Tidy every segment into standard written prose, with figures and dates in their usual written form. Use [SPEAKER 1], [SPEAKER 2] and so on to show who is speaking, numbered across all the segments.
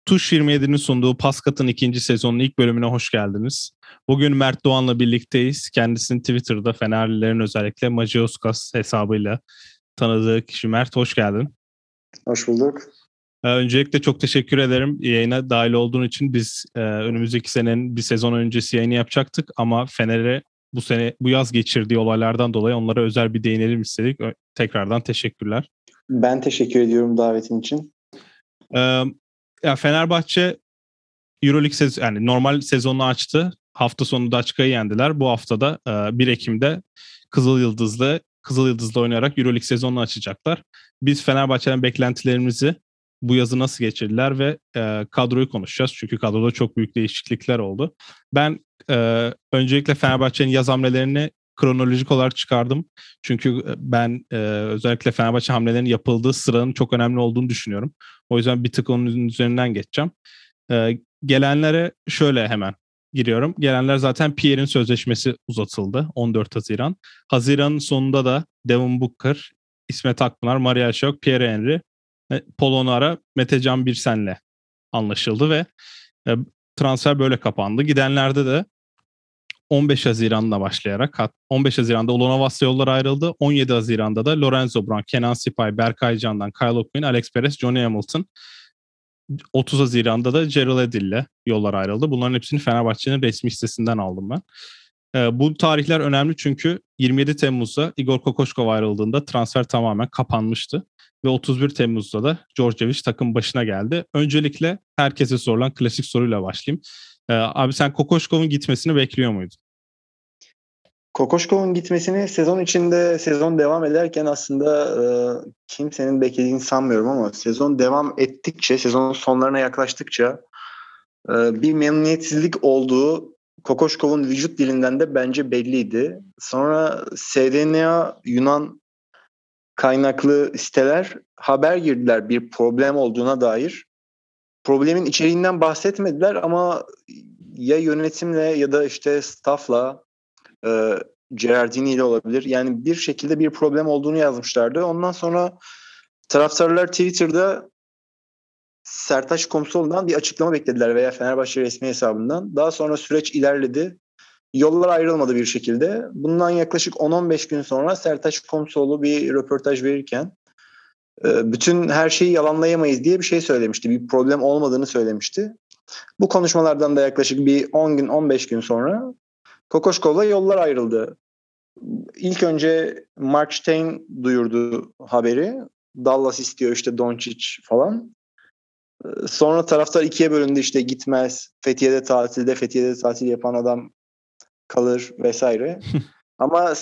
[SPEAKER 1] Tuş 27'nin sunduğu Paskat'ın ikinci sezonunun ilk bölümüne hoş geldiniz. Bugün Mert Doğan'la birlikteyiz. Kendisini Twitter'da Fenerlilerin özellikle Macioskas hesabıyla tanıdığı kişi Mert. Hoş geldin.
[SPEAKER 2] Hoş bulduk.
[SPEAKER 1] Öncelikle çok teşekkür ederim yayına dahil olduğun için. Biz önümüzdeki senenin bir sezon öncesi yayını yapacaktık ama Fener'e bu yaz geçirdiği olaylardan dolayı onlara özel bir değinelim istedik. Tekrardan teşekkürler.
[SPEAKER 2] Ben teşekkür ediyorum davetin için.
[SPEAKER 1] Ya Fenerbahçe EuroLeague yani normal sezonu açtı. Hafta sonu Daçka'yı yendiler. Bu haftada 1 Ekim'de Kızıl Yıldız'la oynayarak EuroLeague sezonunu açacaklar. Biz Fenerbahçe'den beklentilerimizi bu yazı nasıl geçirdiler ve kadroyu konuşacağız. Çünkü kadroda çok büyük değişiklikler oldu. Ben öncelikle Fenerbahçe'nin yaz hamlelerini kronolojik olarak çıkardım. Çünkü ben özellikle Fenerbahçe hamlelerinin yapıldığı sıranın çok önemli olduğunu düşünüyorum. O yüzden bir tık onun üzerinden geçeceğim. Gelenlere şöyle hemen giriyorum. Gelenler zaten Pierre'in sözleşmesi uzatıldı 14 Haziran. Haziran'ın sonunda da Devin Booker, İsmet Akpınar, Maria Şok, Pierre Henry, Polonara, Metecan Birsen'le anlaşıldı ve transfer böyle kapandı. Gidenlerde de 15 Haziran'da başlayarak 15 Haziran'da Ulanovas'la yollar ayrıldı. 17 Haziran'da da Lorenzo Brown, Kenan Sipay, Berkay Can'dan, Kyle O'Quinn, Alex Perez, Johnny Hamilton, 30 Haziran'da da Gerald Edil'le yollar ayrıldı. Bunların hepsini Fenerbahçe'nin resmi sitesinden aldım ben. Bu tarihler önemli çünkü 27 Temmuz'da Igor Kokoşkov ayrıldığında transfer tamamen kapanmıştı. Ve 31 Temmuz'da da Djordjevic takım başına geldi. Öncelikle herkese sorulan klasik soruyla başlayayım. Abi sen Kokoşkov'un gitmesini bekliyor muydun?
[SPEAKER 2] Kokoşkov'un gitmesini sezon içinde, sezon devam ederken aslında kimsenin beklediğini sanmıyorum ama sezon devam ettikçe, sezonun sonlarına yaklaştıkça bir memnuniyetsizlik olduğu Kokoşkov'un vücut dilinden de bence belliydi. Sonra SDNA Yunan kaynaklı siteler haber girdiler bir problem olduğuna dair. Problemin içeriğinden bahsetmediler ama ya yönetimle ya da işte staffla Gerardini ile olabilir. Yani bir şekilde bir problem olduğunu yazmışlardı. Ondan sonra taraftarlar Twitter'da Sertaç Komsoğlu'ndan bir açıklama beklediler veya Fenerbahçe resmi hesabından. Daha sonra süreç ilerledi. Yollar ayrılmadı bir şekilde. Bundan yaklaşık 10-15 gün sonra Sertaç Komsoğlu bir röportaj verirken bütün her şeyi yalanlayamayız diye bir şey söylemişti. Bir problem olmadığını söylemişti. Bu konuşmalardan da yaklaşık bir 10 gün 15 gün sonra Kokoşkov'la yollar ayrıldı. İlk önce Mark Stein duyurdu haberi. Dallas istiyor işte Doncic falan. Sonra taraftar ikiye bölündü, işte gitmez. Fethiye'de tatil yapan adam kalır vesaire. Ama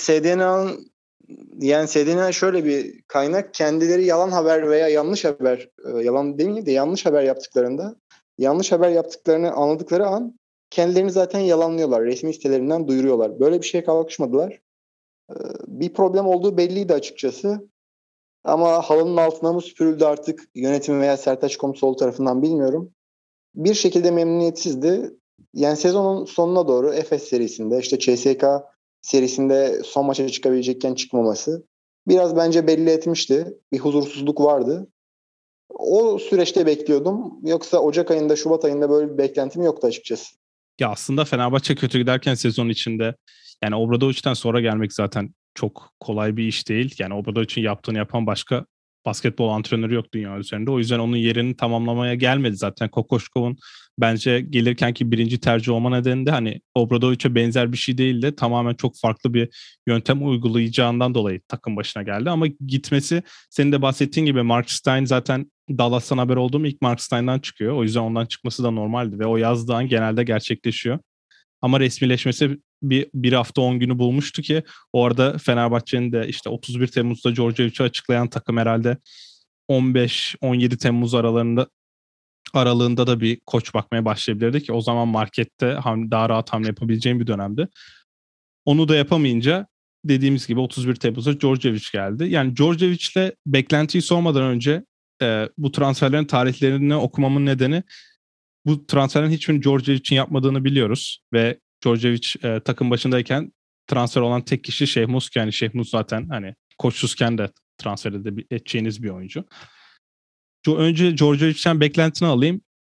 [SPEAKER 2] SDNA şöyle bir kaynak, kendileri yalan haber veya yanlış haber, yalan demeyeyim de yanlış haber yaptıklarını anladıkları an kendilerini zaten yalanlıyorlar. Resmi sitelerinden duyuruyorlar. Böyle bir şeye kalkışmadılar. Bir problem olduğu belliydi açıkçası. Ama halının altına mı süpürüldü artık yönetim veya Sertaç Komsoğlu tarafından bilmiyorum. Bir şekilde memnuniyetsizdi. Yani sezonun sonuna doğru Efes serisinde, işte CSKA serisinde son maça çıkabilecekken çıkmaması biraz bence belli etmişti. Bir huzursuzluk vardı. O süreçte bekliyordum. Yoksa Ocak ayında, Şubat ayında böyle bir beklentim yoktu açıkçası.
[SPEAKER 1] Ya aslında Fenerbahçe kötü giderken sezon içinde yani Obradovic'ten sonra gelmek zaten çok kolay bir iş değil. Yani Obradovic'in yaptığını yapan başka basketbol antrenörü yok dünya üzerinde. O yüzden onun yerini tamamlamaya gelmedi zaten. Kokoşkov'un bence gelirkenki birinci tercih olma nedeni de hani Obradovic'e benzer bir şey değil de tamamen çok farklı bir yöntem uygulayacağından dolayı takım başına geldi. Ama gitmesi, senin de bahsettiğin gibi, Mark Stein zaten Dallas'tan haber oldu mu ilk Mark Stein'dan çıkıyor. O yüzden ondan çıkması da normaldi ve o yazdığı an genelde gerçekleşiyor. Ama resmileşmesi bir hafta 10 günü bulmuştu ki orada Fenerbahçe'nin de işte 31 Temmuz'da Djordjevic'i açıklayan takım herhalde 15-17 Temmuz aralığında da bir koç bakmaya başlayabilirdi ki o zaman markette daha rahat hamle yapabileceğim bir dönemdi. Onu da yapamayınca dediğimiz gibi 31 Temmuz'da Djordjevic geldi. Yani Djordjevic'le beklentiyi sormadan önce bu transferlerin tarihlerini okumamın nedeni, bu transferlerin hiçbirini Djordjevic'in yapmadığını biliyoruz ve Djordjevic takım başındayken transfer olan tek kişi Şehmus. Yani Şehmus zaten hani koçsuzken de transfer edeceğiniz bir oyuncu. Önce Djordjevic'ten beklentini alayım.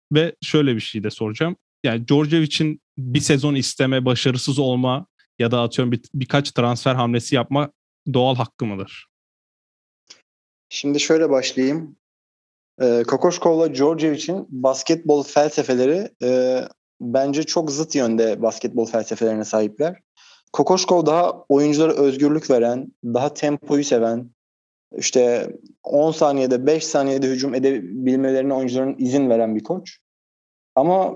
[SPEAKER 1] Ve şöyle bir şey de soracağım. Yani Djordjevic'in bir sezon isteme, başarısız olma ya da atıyorum birkaç transfer hamlesi yapma doğal hakkı mıdır?
[SPEAKER 2] Şimdi şöyle başlayayım. Kokoşkov'la Djordjevic'in basketbol felsefeleri bence çok zıt yönde basketbol felsefelerine sahipler. Kokoşkov daha oyunculara özgürlük veren, daha tempoyu seven, işte 10 saniyede 5 saniyede hücum edebilmelerine oyuncuların izin veren bir koç. Ama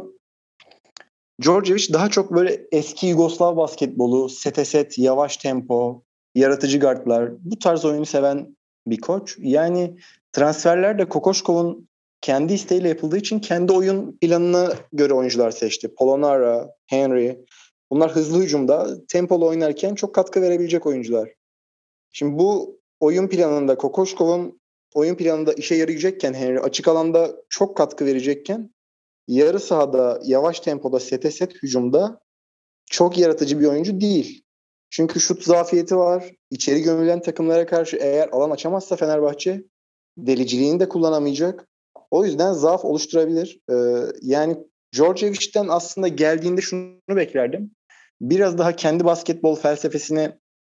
[SPEAKER 2] Djordjevic daha çok böyle eski Yugoslav basketbolu, sete set, yavaş tempo, yaratıcı guardlar, bu tarz oyunu seven bir koç. Yani transferler de Kokoşkov'un kendi isteğiyle yapıldığı için kendi oyun planına göre oyuncular seçti. Polonara, Henry. Bunlar hızlı hücumda, tempolu oynarken çok katkı verebilecek oyuncular. Şimdi bu oyun planında Kokoşkov'un oyun planında işe yarayacakken Henry açık alanda çok katkı verecekken yarı sahada yavaş tempoda sete set hücumda çok yaratıcı bir oyuncu değil. Çünkü şut zafiyeti var. İçeri gömülen takımlara karşı eğer alan açamazsa Fenerbahçe deliciliğini de kullanamayacak. O yüzden zaaf oluşturabilir. Yani Djordjevic'ten aslında geldiğinde şunu beklerdim. Biraz daha kendi basketbol felsefesini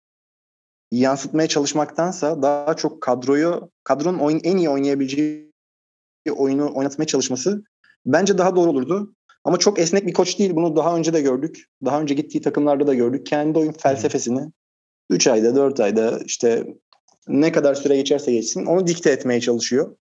[SPEAKER 2] yansıtmaya çalışmaktansa daha çok kadronun en iyi oynayabileceği oyunu oynatmaya çalışması bence daha doğru olurdu. Ama çok esnek bir koç değil. Bunu daha önce de gördük. Daha önce gittiği takımlarda da gördük. Kendi oyun felsefesini 3 ayda 4 ayda işte ne kadar süre geçerse geçsin onu dikte etmeye çalışıyor.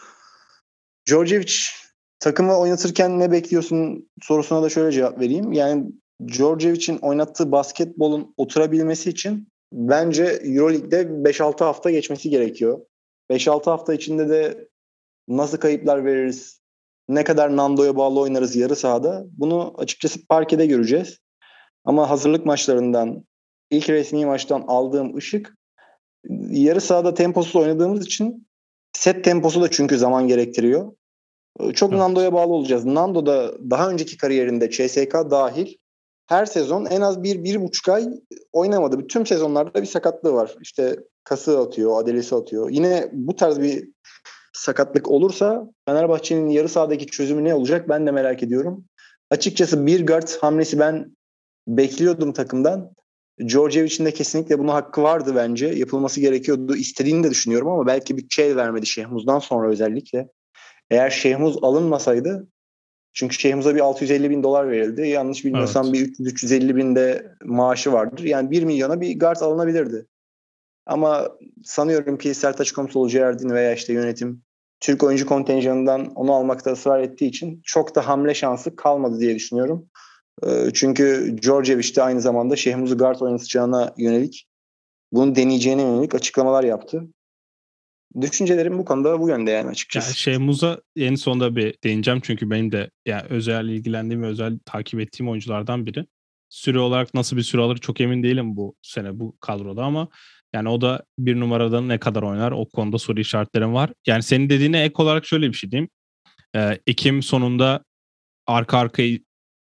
[SPEAKER 2] Djordjevic takımı oynatırken ne bekliyorsun sorusuna da şöyle cevap vereyim. Yani Djordjevic'in oynattığı basketbolun oturabilmesi için bence Euroleague'de 5-6 hafta geçmesi gerekiyor. 5-6 hafta içinde de nasıl kayıplar veririz, ne kadar Nando'ya bağlı oynarız yarı sahada, bunu açıkçası parkede göreceğiz. Ama hazırlık maçlarından, ilk resmi maçtan aldığım ışık, yarı sahada temposuz oynadığımız için set temposu da çünkü zaman gerektiriyor. Çok
[SPEAKER 1] Evet.
[SPEAKER 2] Nando'ya bağlı olacağız. Nando da daha önceki kariyerinde CSK dahil her sezon en az 1-1,5 ay oynamadı. Bütün sezonlarda bir sakatlığı var. İşte kası atıyor, adelesi atıyor. Yine bu tarz bir sakatlık olursa Fenerbahçe'nin yarı sahadaki çözümü ne olacak ben de merak ediyorum. Açıkçası bir guard hamlesi ben bekliyordum takımdan. Djordjevic'in de kesinlikle buna hakkı vardı bence. Yapılması gerekiyordu. İstediğini de düşünüyorum ama belki bütçe el vermedi Şehmuz'dan sonra özellikle. Eğer Şehmuz alınmasaydı çünkü Şehmuz'a bir 650 bin dolar verildi. Yanlış bilmiyorsam
[SPEAKER 1] Evet.
[SPEAKER 2] bir 300-350 bin de maaşı vardır. Yani 1 milyona bir guard alınabilirdi. Ama sanıyorum ki Sertaç Komsoğlu, Ciğerdin veya işte yönetim Türk oyuncu kontenjanından onu almakta ısrar ettiği için çok da hamle şansı kalmadı diye düşünüyorum. Çünkü Djordjevic de aynı zamanda Şehmuz'u guard oynatacağına yönelik bunu deneyeceğine yönelik açıklamalar yaptı. Düşüncelerim bu konuda bu yönde yani
[SPEAKER 1] Yani
[SPEAKER 2] açıkçası.
[SPEAKER 1] Şehmuz'a en sonunda bir değineceğim çünkü benim de yani özel ilgilendiğim ve özel takip ettiğim oyunculardan biri. Süre olarak nasıl bir süre alır çok emin değilim bu sene bu kadroda ama yani o da bir numaradan ne kadar oynar o konuda soru işaretlerim var. Yani senin dediğine ek olarak şöyle bir şey diyeyim. Ekim sonunda arka arkaya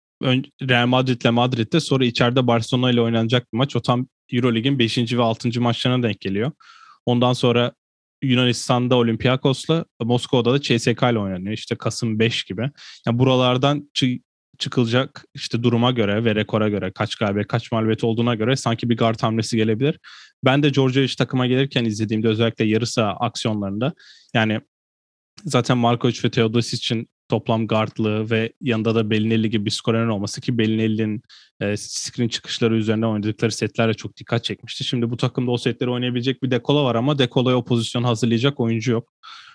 [SPEAKER 1] Real Madrid'le Madrid'de sonra içeride Barcelona ile oynanacak bir maç. O tam Eurolig'in 5. ve 6. maçlarına denk geliyor. Ondan sonra Yunanistan'da Olympiakos'la, Moskova'da da CSKA ile oynanıyor. İşte Kasım 5 gibi. Yani buralardan çıkılacak işte duruma göre ve rekora göre kaç galibiyet kaç mağlubiyet olduğuna göre sanki bir guard hamlesi gelebilir. Ben de Djordjevic takıma gelirken izlediğimde özellikle yarı saha aksiyonlarında yani zaten Markovic ve Teodosic'in toplam guardlığı ve yanında da Belinelli gibi bir skorer olması ki Belinelli'nin screen çıkışları üzerine oynadıkları setlerle çok dikkat çekmişti. Şimdi bu takımda o setleri oynayabilecek bir Dekola var ama Dekola'ya o pozisyonu hazırlayacak oyuncu yok.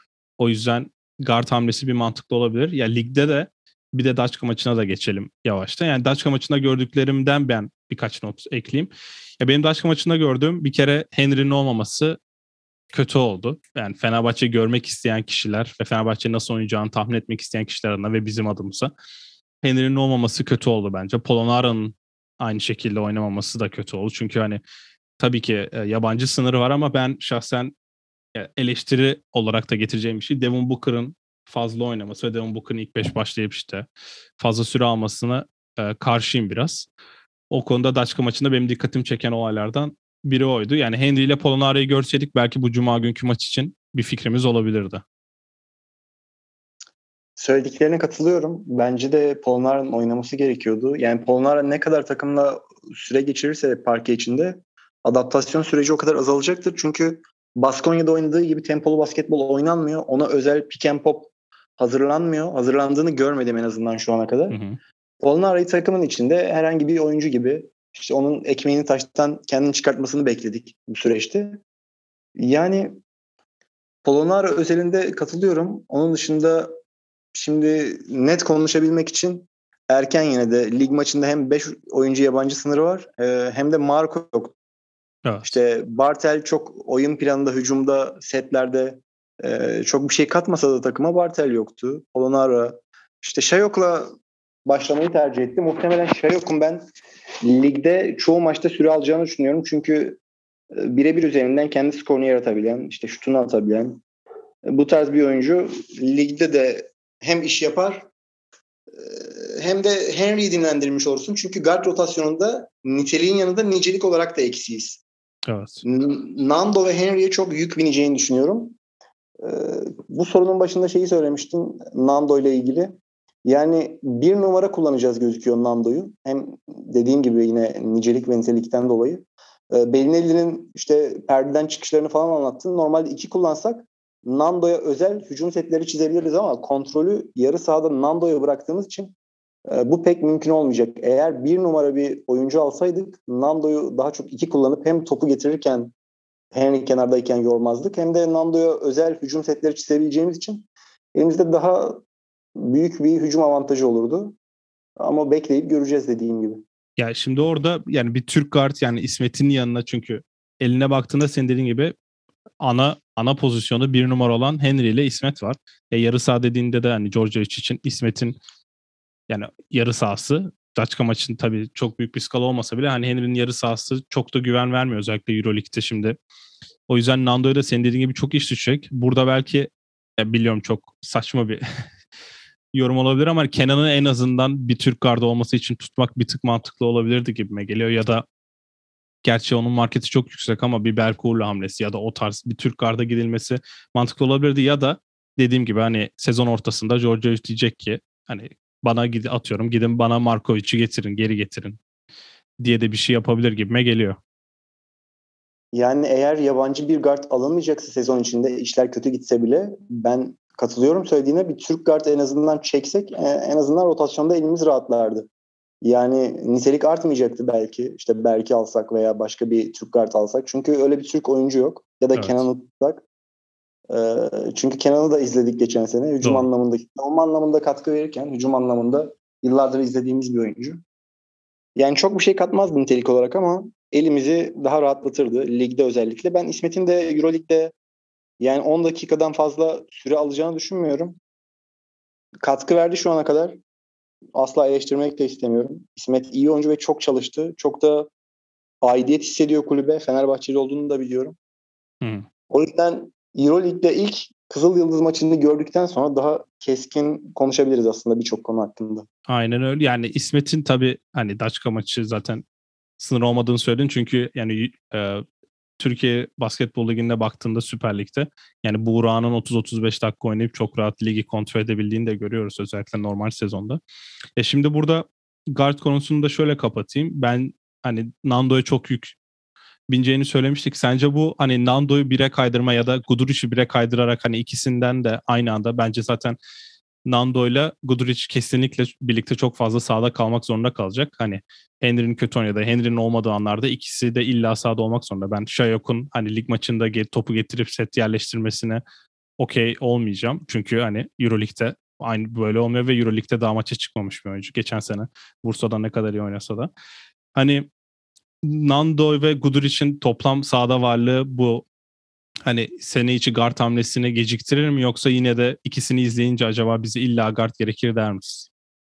[SPEAKER 1] O yüzden guard hamlesi bir mantıklı olabilir. Ya ligde de bir de Daçka maçına da geçelim yavaşta. Yani Daçka maçında gördüklerimden ben birkaç not ekleyeyim. Ya benim Daçka maçında gördüğüm bir kere Henry'nin olmaması kötü oldu. Yani Fenerbahçe görmek isteyen kişiler ve Fenerbahçe nasıl oynayacağını tahmin etmek isteyen kişiler adına ve bizim adımıza Henry'nin olmaması kötü oldu bence. Polonara'nın aynı şekilde oynamaması da kötü oldu. Çünkü hani tabii ki yabancı sınırı var ama ben şahsen eleştiri olarak da getireceğim bir şey Devin Booker'ın fazla oynaması ve Devin Booker'ın ilk 5 başlayıp işte fazla süre almasına karşıyım biraz. O konuda Daçka maçında benim dikkatimi çeken olaylardan biri oydu. Yani Henry ile Polonara'yı görseydik belki bu cuma günkü maç için bir fikrimiz olabilirdi.
[SPEAKER 2] Söylediklerine katılıyorum. Bence de Polonara'nın oynaması gerekiyordu. Yani Polonara ne kadar takımla süre geçirirse parke içinde adaptasyon süreci o kadar azalacaktır. Çünkü Baskonya'da oynadığı gibi tempolu basketbol oynanmıyor. Ona özel pick and pop hazırlanmıyor. Hazırlandığını görmedim en azından şu ana kadar.
[SPEAKER 1] Hı hı.
[SPEAKER 2] Polonara'yı takımın içinde herhangi bir oyuncu gibi işte onun ekmeğini taştan kendini çıkartmasını bekledik bu süreçte. Yani Polonara özelinde katılıyorum. Onun dışında şimdi net konuşabilmek için erken, yine de lig maçında hem 5 oyuncu yabancı sınırı var hem de Marco yok.
[SPEAKER 1] Evet.
[SPEAKER 2] İşte Bartel çok oyun planında, hücumda, setlerde çok bir şey katmasa da takıma Bartel yoktu. Polonara işte Şayok'la başlamayı tercih etti. Muhtemelen Şayok'un ben ligde çoğu maçta süre alacağını düşünüyorum. Çünkü birebir üzerinden kendi skorunu yaratabilen, işte şutunu atabilen bu tarz bir oyuncu ligde de hem iş yapar hem de Henry'i dinlendirmiş olursun. Çünkü guard rotasyonunda niteliğin yanında nicelik olarak da eksiyiz.
[SPEAKER 1] Evet.
[SPEAKER 2] Nando ve Henry'e çok yük bineceğini düşünüyorum. Bu sorunun başında şeyi söylemiştin Nando ile ilgili. Yani bir numara kullanacağız gözüküyor Nando'yu. Hem dediğim gibi yine nicelik ve nitelikten dolayı. Belinelli'nin işte perdeden çıkışlarını falan anlattın. Normalde 2 kullansak Nando'ya özel hücum setleri çizebiliriz ama kontrolü yarı sahada Nando'ya bıraktığımız için bu pek mümkün olmayacak. Eğer bir numara bir oyuncu alsaydık Nando'yu daha çok 2 kullanıp hem topu getirirken Henry kenardayken yormazdık hem de Nando'ya özel hücum setleri çizebileceğimiz için elimizde daha büyük bir hücum avantajı olurdu. Ama bekleyip göreceğiz dediğim gibi.
[SPEAKER 1] Ya şimdi orada yani bir Türk guard yani İsmet'in yanına, çünkü eline baktığında senin dediğin gibi ana pozisyonu bir numara olan Henry ile İsmet var. Yarı saha dediğinde de hani Djordjevic için İsmet'in yani yarı sahası, Daçka maçın tabii çok büyük bir skala olmasa bile hani Henry'nin yarı sahası çok da güven vermiyor özellikle Euroleague'de şimdi. O yüzden Nando'ya da senin dediğin gibi çok iş düşecek. Burada belki biliyorum çok saçma bir yorum olabilir ama Kenan'ı en azından bir Türk gardı olması için tutmak bir tık mantıklı olabilirdi gibime geliyor. Ya da gerçi onun marketi çok yüksek ama bir Berkuğur'la hamlesi ya da o tarz bir Türk garda gidilmesi mantıklı olabilirdi. Ya da dediğim gibi hani sezon ortasında Djordjevic diyecek ki hani bana atıyorum gidin bana Markovic'i getirin, geri getirin diye de bir şey yapabilir gibime geliyor.
[SPEAKER 2] Yani eğer yabancı bir guard alınmayacaksa sezon içinde işler kötü gitse bile ben katılıyorum söylediğine, bir Türk guard en azından çeksek en azından rotasyonda elimiz rahatlardı. Yani nitelik artmayacaktı belki. İşte Berk'i alsak veya başka bir Türk guard alsak. Çünkü öyle bir Türk oyuncu yok. Ya da
[SPEAKER 1] Evet.
[SPEAKER 2] Kenan'ı tutsak. Çünkü Kenan'ı da izledik geçen sene. Hücum
[SPEAKER 1] Doğru.
[SPEAKER 2] anlamında, savunma anlamında katkı verirken hücum anlamında yıllardır izlediğimiz bir oyuncu. Yani çok bir şey katmazdı nitelik olarak ama elimizi daha rahatlatırdı. Ligde özellikle. Ben İsmet'in de Euroleague'de yani 10 dakikadan fazla süre alacağını düşünmüyorum. Katkı verdi şu ana kadar. Asla eleştirmek de istemiyorum. İsmet iyi oyuncu ve çok çalıştı. Çok da aidiyet hissediyor kulübe. Fenerbahçeli olduğunu da biliyorum.
[SPEAKER 1] Hı.
[SPEAKER 2] O yüzden Euroleague'de ilk Kızıl Yıldız maçını gördükten sonra daha keskin konuşabiliriz aslında birçok konu hakkında.
[SPEAKER 1] Aynen öyle. Yani İsmet'in tabii hani Daçka maçı zaten sınır olmadığını söyledin. Çünkü yani Türkiye Basketbol Ligi'ne baktığında Süper Lig'de yani Buğra'nın 30-35 dakika oynayıp çok rahat ligi kontrol edebildiğini de görüyoruz özellikle normal sezonda. Şimdi burada guard konusunu da şöyle kapatayım. Ben hani Nando'ya çok yük bineceğini söylemiştik. Sence bu hani Nando'yu bire kaydırma ya da Guduric'i bire kaydırarak hani ikisinden de aynı anda, bence zaten Nando'yla Guduric kesinlikle birlikte çok fazla sahada kalmak zorunda kalacak. Hani Henry'nin kötü oynadığı, Henry'nin olmadığı anlarda ikisi de illa sahada olmak zorunda. Ben Shayok'un hani lig maçında topu getirip set yerleştirmesine okey olmayacağım. Çünkü hani Euroleague'de aynı böyle olmuyor ve Euroleague'de daha maça çıkmamış bir oyuncu. Geçen sene Bursa'da ne kadar iyi oynasa da. Hani Nando ve Guduric'in toplam sahada varlığı bu hani sene içi guard hamlesini geciktirir mi, yoksa yine de ikisini izleyince acaba bize illa guard gerekir der misin?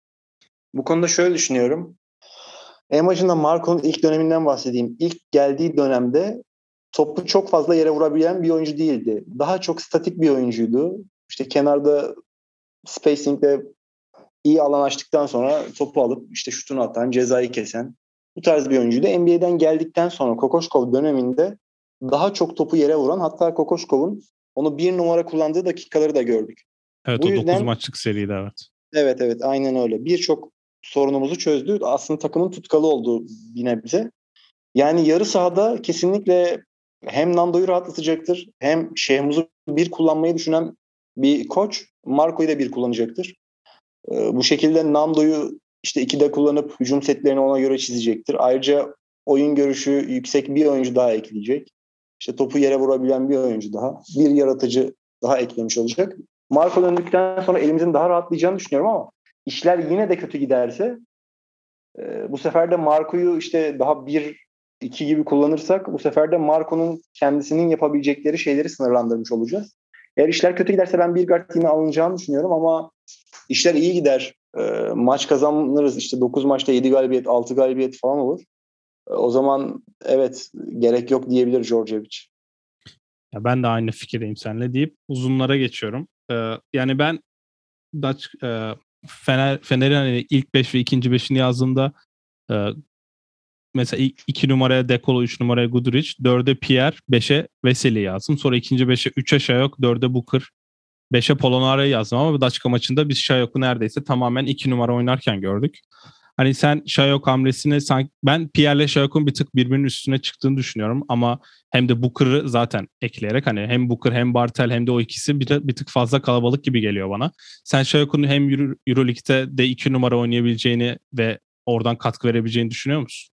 [SPEAKER 2] Bu konuda şöyle düşünüyorum. En başında Marco'nun ilk döneminden bahsedeyim. İlk geldiği dönemde topu çok fazla yere vurabilen bir oyuncu değildi. Daha çok statik bir oyuncuydu. İşte kenarda spacing'de iyi alan açtıktan sonra topu alıp işte şutunu atan, cezayı kesen bu tarz bir oyuncuydu. NBA'den geldikten sonra Kokoşkov döneminde daha çok topu yere vuran, hatta Kokoşkov'un onu bir numara kullandığı dakikaları da gördük.
[SPEAKER 1] Evet,
[SPEAKER 2] Bu
[SPEAKER 1] o 9
[SPEAKER 2] yüzden
[SPEAKER 1] maçlık seriydi, evet.
[SPEAKER 2] evet aynen öyle. Birçok sorunumuzu çözdü. Aslında takımın tutkalı oldu bir nebze. Yani yarı sahada kesinlikle hem Nando'yu rahatlatacaktır hem Şehmuz'u bir kullanmayı düşünen bir koç Marco'yu da bir kullanacaktır. Bu şekilde Nando'yu işte 2'de kullanıp hücum setlerini ona göre çizecektir. Ayrıca oyun görüşü yüksek bir oyuncu daha ekleyecek. İşte topu yere vurabilen bir oyuncu daha. Bir yaratıcı daha eklemiş olacak. Marco döndükten sonra elimizin daha rahatlayacağını düşünüyorum ama işler yine de kötü giderse bu sefer de Marco'yu işte daha 1-2 gibi kullanırsak bu sefer de Marco'nun kendisinin yapabilecekleri şeyleri sınırlandırmış olacağız. Eğer işler kötü giderse ben bir guard yine alınacağını düşünüyorum ama işler iyi gider. Maç kazanırız işte 9 maçta 7 galibiyet 6 galibiyet falan olur. O zaman evet gerek yok diyebilir Djordjevic.
[SPEAKER 1] Ya ben de aynı fikirdeyim seninle deyip uzunlara geçiyorum. Yani ben Fener'in hani ilk 5 ve ikinci 5'ini yazdığımda e, mesela ilk 2 numaraya Dekolo, 3 numaraya Guduric, 4'e Pierre, 5'e Veseli yazdım. Sonra ikinci 5'e 3'e Şayok, 4'e Booker, 5'e Polonara'yı yazdım ama Daçka maçında biz Şayok'u neredeyse tamamen 2 numara oynarken gördük. Hani sen Şayok hamlesini sanki ben Pierre'le Şayok'un bir tık birbirinin üstüne çıktığını düşünüyorum ama hem de Booker'ı zaten ekleyerek hani hem Booker hem Bartel hem de o ikisi bir tık fazla kalabalık gibi geliyor bana. Sen Şayok'un hem Euroleague'de de 2 numara oynayabileceğini ve oradan katkı verebileceğini düşünüyor musun?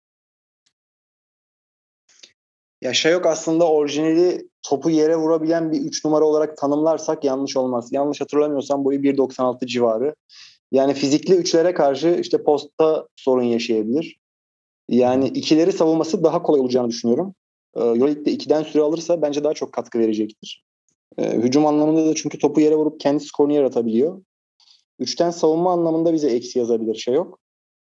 [SPEAKER 2] Ya Şayok aslında orijinali topu yere vurabilen bir 3 numara olarak tanımlarsak yanlış olmaz. Yanlış hatırlamıyorsam boyu 1.96 civarı. Yani fizikli üçlere karşı işte posta sorun yaşayabilir. Yani ikileri savunması daha kolay olacağını düşünüyorum. Euroleague'de 2'den süre alırsa bence daha çok katkı verecektir. Hücum anlamında da çünkü topu yere vurup kendi skorunu yaratabiliyor. 3'ten savunma anlamında bize eksi yazabilir Şayok.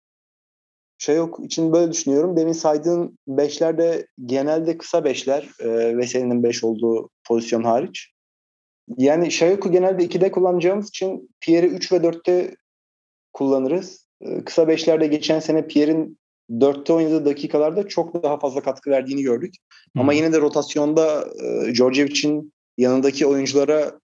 [SPEAKER 2] Şayok için böyle düşünüyorum. Demin saydığın beşler de genelde kısa beşler. Veseli'nin 5 olduğu pozisyon hariç. Yani Şayok'u genelde 2'de kullanacağımız için Pierre'i 3 ve 4'te kullanırız. Kısa beşlerde geçen sene Pierre'in 4'te oynadığı dakikalarda çok daha fazla katkı verdiğini gördük. Ama yine de rotasyonda Djordjevic'in yanındaki oyunculara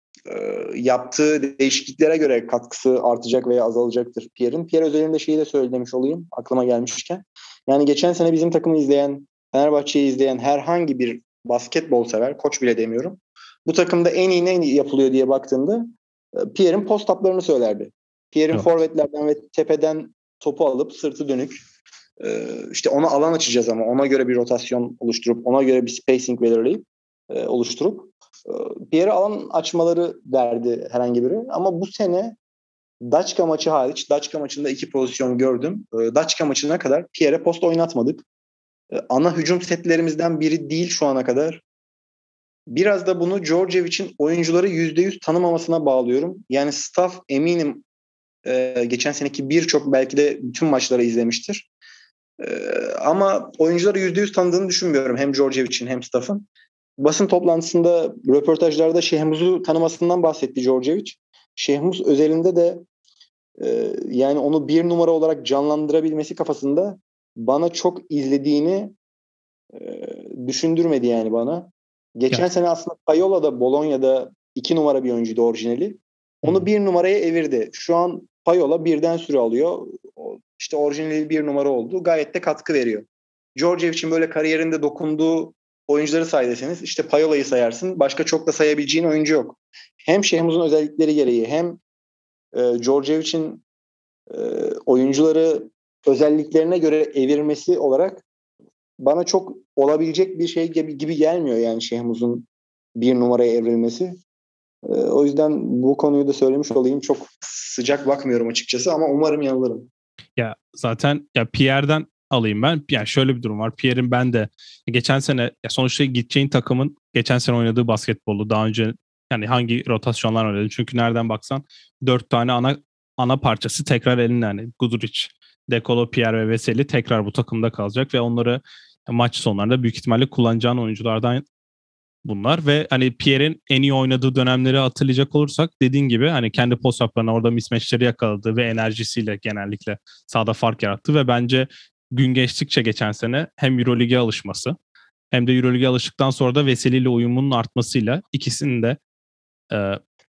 [SPEAKER 2] yaptığı değişikliklere göre katkısı artacak veya azalacaktır Pierre'in. Pierre özelinde şeyi de söylemiş olayım aklıma gelmişken. Yani geçen sene bizim takımı izleyen, Fenerbahçe'yi izleyen herhangi bir basketbol sever, koç bile demiyorum. Bu takımda en iyi ne yapılıyor diye baktığında Pierre'in post-up'larını söylerdi. Pierre'in
[SPEAKER 1] Evet.
[SPEAKER 2] forvetlerden ve tepeden topu alıp sırtı dönük işte ona alan açacağız ama ona göre bir rotasyon oluşturup ona göre bir spacing belirleyip oluşturup bir yere alan açmaları derdi herhangi biri. Ama bu sene Daçka maçı hariç, Daçka maçında 2 pozisyon gördüm. Daçka maçına kadar Pierre'e post oynatmadık. Ana hücum setlerimizden biri değil şu ana kadar. Biraz da bunu Djordjevic'in oyuncuları %100 tanımamasına bağlıyorum. Yani staff eminim geçen seneki birçok belki de bütün maçları izlemiştir. Ama oyuncuları %100 tanıdığını düşünmüyorum hem Djordjevic'in hem staff'ın. Basın toplantısında, röportajlarda Şehmuz'u tanımasından bahsetti Djordjevic. Şehmuz özelinde de yani onu bir numara olarak canlandırabilmesi kafasında bana çok izlediğini düşündürmedi yani bana.
[SPEAKER 1] Ya,
[SPEAKER 2] Geçen sene aslında Payola da Bologna'da 2 numara bir oyuncuydu orijinali. Onu bir numaraya evirdi. Şu an Payola birden süre alıyor. İşte orijinali bir numara oldu. Gayet de katkı veriyor. Djordjevic'in böyle kariyerinde dokunduğu oyuncuları say deseniz işte Payola'yı sayarsın. Başka çok da sayabileceğin oyuncu yok. Hem Şehmuz'un özellikleri gereği hem Djordjevic'in e, oyuncuları özelliklerine göre evirmesi olarak bana çok olabilecek bir şey gibi gelmiyor yani Şehmuz'un bir numaraya evrilmesi. O yüzden bu konuyu da söylemiş olayım. Çok sıcak bakmıyorum açıkçası ama umarım yanılırım.
[SPEAKER 1] ya zaten ya Pierre'den alayım ben. Yani şöyle bir durum var. Pierre'in ben de geçen sene ya sonuçta gideceğin takımın geçen sene oynadığı basketbolu daha önce yani hangi rotasyonlar oynadı? Çünkü nereden baksan 4 tane ana parçası tekrar elinde yani Guduric, Dekolo, Pierre ve Veseli tekrar bu takımda kalacak ve onları maç sonlarında büyük ihtimalle kullanacağın oyunculardan bunlar ve hani Pierre'in en iyi oynadığı dönemleri hatırlayacak olursak dediğin gibi hani kendi post-up'larına orada mismatchleri yakaladı ve enerjisiyle genellikle sahada fark yarattı ve bence gün geçtikçe geçen sene hem Euroleague'e alışması hem de Euroleague'e alıştıktan sonra da Veseli ile uyumunun artmasıyla ikisinin de e,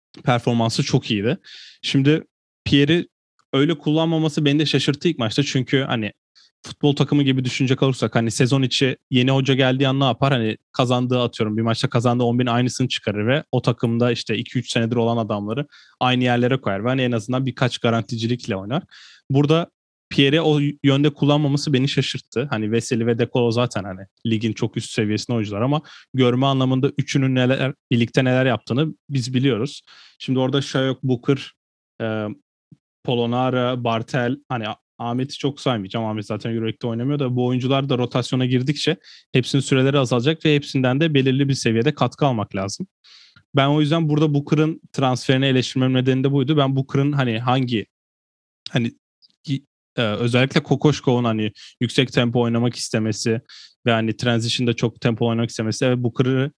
[SPEAKER 1] performansı çok iyiydi. Şimdi Pierre'i öyle kullanmaması beni de şaşırttı ilk maçta. Çünkü hani futbol takımı gibi düşünecek olursak hani sezon içi yeni hoca geldiği an ne yapar? Hani kazandığı atıyorum bir maçta kazandığı 11'in aynısını çıkarır ve o takımda işte 2-3 senedir olan adamları aynı yerlere koyar ve hani en azından birkaç garanticilikle oynar. Burada Pierre'i o yönde kullanmaması beni şaşırttı. Hani Veseli ve De Colo zaten hani ligin çok üst seviyesinde oyuncular ama görme anlamında üçünün birlikte neler yaptığını biz biliyoruz. Şimdi orada Şayok, Booker, Polonara, Bartel, hani Ahmet'i çok saymayacağım. Ahmet zaten Euroleague'de oynamıyor da bu oyuncular da rotasyona girdikçe hepsinin süreleri azalacak ve hepsinden de belirli bir seviyede katkı almak lazım. Ben o yüzden burada Booker'ın transferini eleştirmem nedeni de buydu. Ben Booker'ın hani özellikle Kokoşkov'un hani yüksek tempo oynamak istemesi ve hani transition'da çok tempo oynamak istemesi ve Booker'ı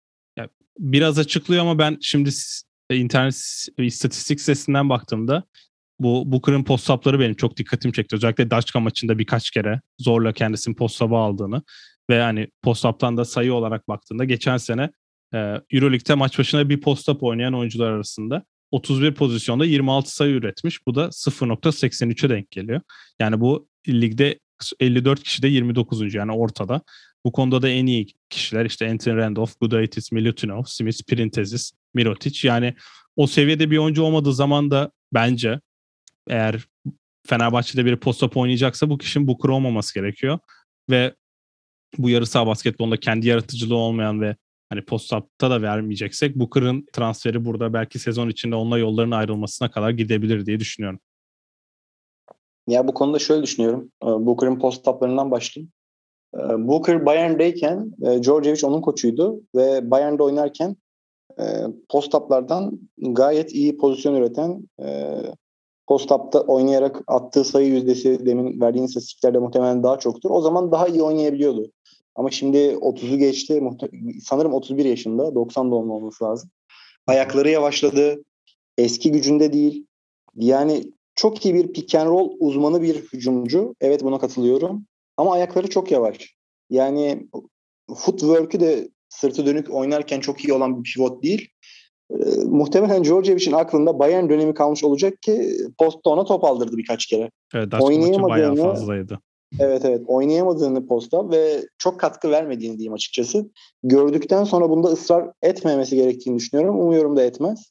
[SPEAKER 1] biraz açıklıyor ama ben şimdi internet istatistik sitesinden baktığımda bu Booker'ın post-up'ları benim çok dikkatimi çekti. Özellikle Daçka maçında birkaç kere zorla kendisinin post-up'a aldığını ve hani post-up'tan da sayı olarak baktığında geçen sene Euroleague'de maç başına bir post-up oynayan oyuncular arasında 31 pozisyonda 26 sayı üretmiş. Bu da 0.83'e denk geliyor. Yani bu ligde 54 kişide 29. yani ortada. Bu konuda da en iyi kişiler işte Anthony Randolph, Gudaitis, Milutinov, Smith, Printezis, Mirotic. Yani o seviyede bir oyuncu olmadığı zaman da bence eğer Fenerbahçe'de bir post-up oynayacaksa bu kişinin Booker olmaması gerekiyor. Ve bu yarı saha basketbolunda kendi yaratıcılığı olmayan ve hani post-up'ta da vermeyeceksek Booker'ın transferi burada belki sezon içinde onunla yolların ayrılmasına kadar gidebilir diye düşünüyorum.
[SPEAKER 2] Ya bu konuda şöyle düşünüyorum. Booker'ın post-up'larından başlayayım. Booker Bayern'deyken Djordjevic onun koçuydu ve Bayern'de oynarken post-up'lardan gayet iyi pozisyon üreten, post-up'ta oynayarak attığı sayı yüzdesi demin verdiğin istatistiklerde muhtemelen daha çoktur. O zaman daha iyi oynayabiliyordu. Ama şimdi 30'u geçti. Sanırım 31 yaşında. 90 doğumlu olması lazım. Ayakları yavaşladı. Eski gücünde değil. Yani çok iyi bir pick and roll uzmanı bir hücumcu. Evet, buna katılıyorum. Ama ayakları çok yavaş. Yani footwork'ü de sırtı dönük oynarken çok iyi olan bir pivot değil. Muhtemelen Djordjevic'in aklında Bayern dönemi kalmış olacak ki postta ona top aldırdı birkaç kere.
[SPEAKER 1] Evet, Daçka maçı bayağı
[SPEAKER 2] Oynayamadığını,
[SPEAKER 1] fazlaydı.
[SPEAKER 2] evet oynayamadığını posta ve çok katkı vermediğini diyeyim açıkçası. Gördükten sonra bunda ısrar etmemesi gerektiğini düşünüyorum. Umuyorum da etmez.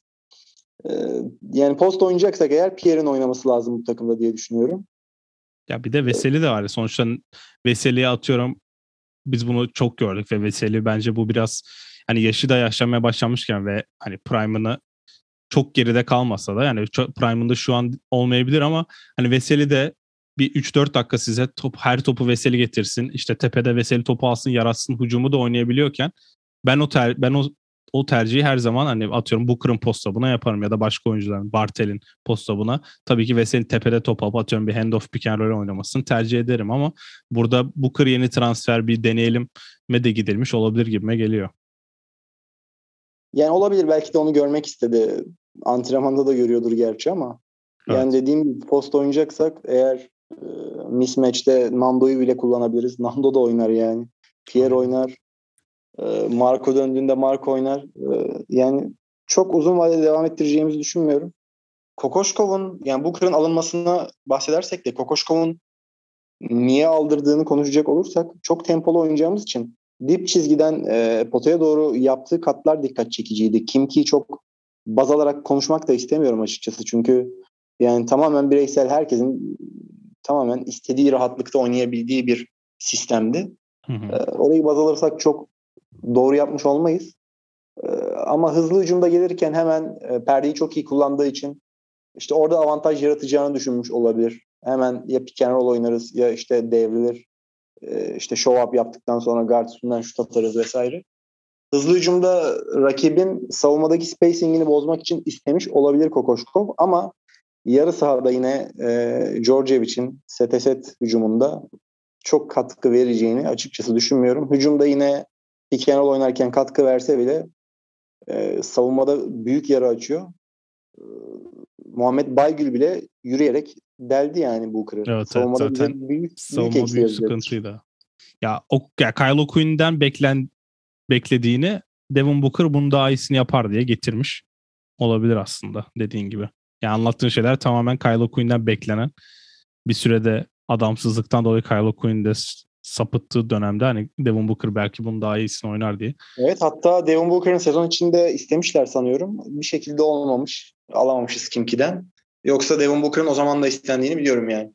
[SPEAKER 2] Yani post oynayacaksak eğer Pierre'in oynaması lazım bu takımda diye düşünüyorum.
[SPEAKER 1] Ya bir de Veseli de var. Sonuçta Veseli'ye atıyorum biz bunu çok gördük ve Veseli bence bu biraz hani yaşı da yaşlanmaya başlamışken ve hani prime'ını çok geride kalmasa da yani prime'ında şu an olmayabilir ama hani Veseli de bir 3-4 dakika size her topu Veseli getirsin. İşte tepede Veseli topu alsın, yaratsın, hücumu da oynayabiliyorken ben o tercihi her zaman hani atıyorum Booker'ın post-up'ına yaparım ya da başka oyuncuların Bartel'in post-up'ına. Tabii ki Veseli tepede top alıp atıyorum bir handoff pick and roll oynamasını tercih ederim ama burada Booker yeni transfer bir deneyelim de gidilmiş olabilir gibime geliyor.
[SPEAKER 2] Yani olabilir, belki de onu görmek istedi. Antrenmanda da görüyordur gerçi ama yani
[SPEAKER 1] Evet.
[SPEAKER 2] dediğim gibi post oynayacaksak eğer mismatch'te Nando'yu bile kullanabiliriz. Nando da oynar yani. Pierre
[SPEAKER 1] Aynen.
[SPEAKER 2] oynar. Marco döndüğünde Marco oynar. Yani çok uzun vadede devam ettireceğimizi düşünmüyorum. Kokoşkov'un, yani Booker'ın alınmasına bahsedersek de Kokoşkov'un niye aldırdığını konuşacak olursak çok tempolu oynayacağımız için dip çizgiden potaya doğru yaptığı katlar dikkat çekiciydi. Kimki'yi çok baz alarak konuşmak da istemiyorum açıkçası. Çünkü yani tamamen bireysel, herkesin tamamen istediği rahatlıkta oynayabildiği bir sistemdi.
[SPEAKER 1] Hı hı.
[SPEAKER 2] Orayı baz alırsak çok doğru yapmış olmayız. Ama hızlı hücumda gelirken hemen perdeyi çok iyi kullandığı için işte orada avantaj yaratacağını düşünmüş olabilir. Hemen ya pick and roll oynarız ya işte devrilir. İşte show up yaptıktan sonra guard üstünden şut atarız vesaire. Hızlı hücumda rakibin savunmadaki spacing'ini bozmak için istemiş olabilir Kokoşkov ama yarı sahada yine Djordjevic'in sete set hücumunda çok katkı vereceğini açıkçası düşünmüyorum. Hücumda yine pick and roll oynarken katkı verse bile savunmada büyük yara açıyor. Muhammed Baygül bile yürüyerek deldi yani Booker'ı.
[SPEAKER 1] Evet,
[SPEAKER 2] Savunmada bize
[SPEAKER 1] zaten
[SPEAKER 2] büyük
[SPEAKER 1] savunma
[SPEAKER 2] eksi
[SPEAKER 1] büyük
[SPEAKER 2] yazacaktır.
[SPEAKER 1] sıkıntıydı. Ya Kyle O'Quinn'den beklediğini Devin Booker bunu daha iyisini yapar diye getirmiş. olabilir aslında dediğin gibi. Yani anlattığın şeyler tamamen Kylo Quinn'den beklenen, bir sürede adamsızlıktan dolayı Kylo Quinn'de sapıttığı dönemde hani Devin Booker belki bunu daha iyisini oynar diye.
[SPEAKER 2] Evet, hatta Devin Booker'ın sezon içinde istemişler sanıyorum. Bir şekilde olmamış. Alamamışız Kimki'den. Yoksa Devin Booker'ın o zaman da istendiğini biliyorum yani.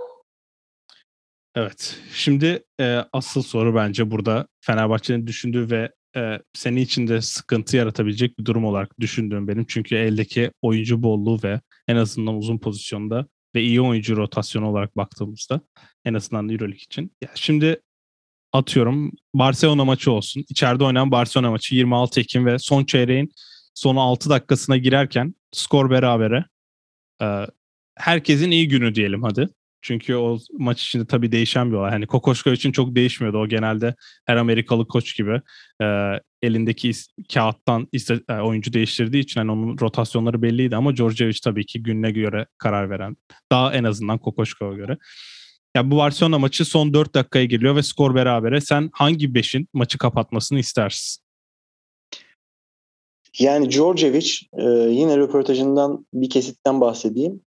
[SPEAKER 1] Evet. Şimdi asıl soru bence burada Fenerbahçe'nin düşündüğü ve senin için de sıkıntı yaratabilecek bir durum olarak düşündüğüm benim. Çünkü eldeki oyuncu bolluğu ve en azından uzun pozisyonda ve iyi oyuncu rotasyonu olarak baktığımızda en azından EuroLeague için. Ya şimdi atıyorum Barcelona maçı olsun. İçeride oynanan Barcelona maçı 26 Ekim ve son çeyreğin son 6 dakikasına girerken skor berabere. Ee, Herkesin iyi günü diyelim hadi. Çünkü o maç içinde tabii değişen bir olay. Hani Kokoşko için çok değişmiyordu. O genelde her Amerikalı koç gibi elindeki kağıttan oyuncu değiştirdiği için hani onun rotasyonları belliydi ama Djordjevic tabii ki gününe göre karar veren. Daha en azından Kokoşko'ya göre. Ya bu Barcelona maçı son 4 dakikaya geliyor ve skor berabere. Sen hangi beşin maçı kapatmasını istersin?
[SPEAKER 2] Yani Djordjevic, yine röportajından bir kesitten bahsedeyim.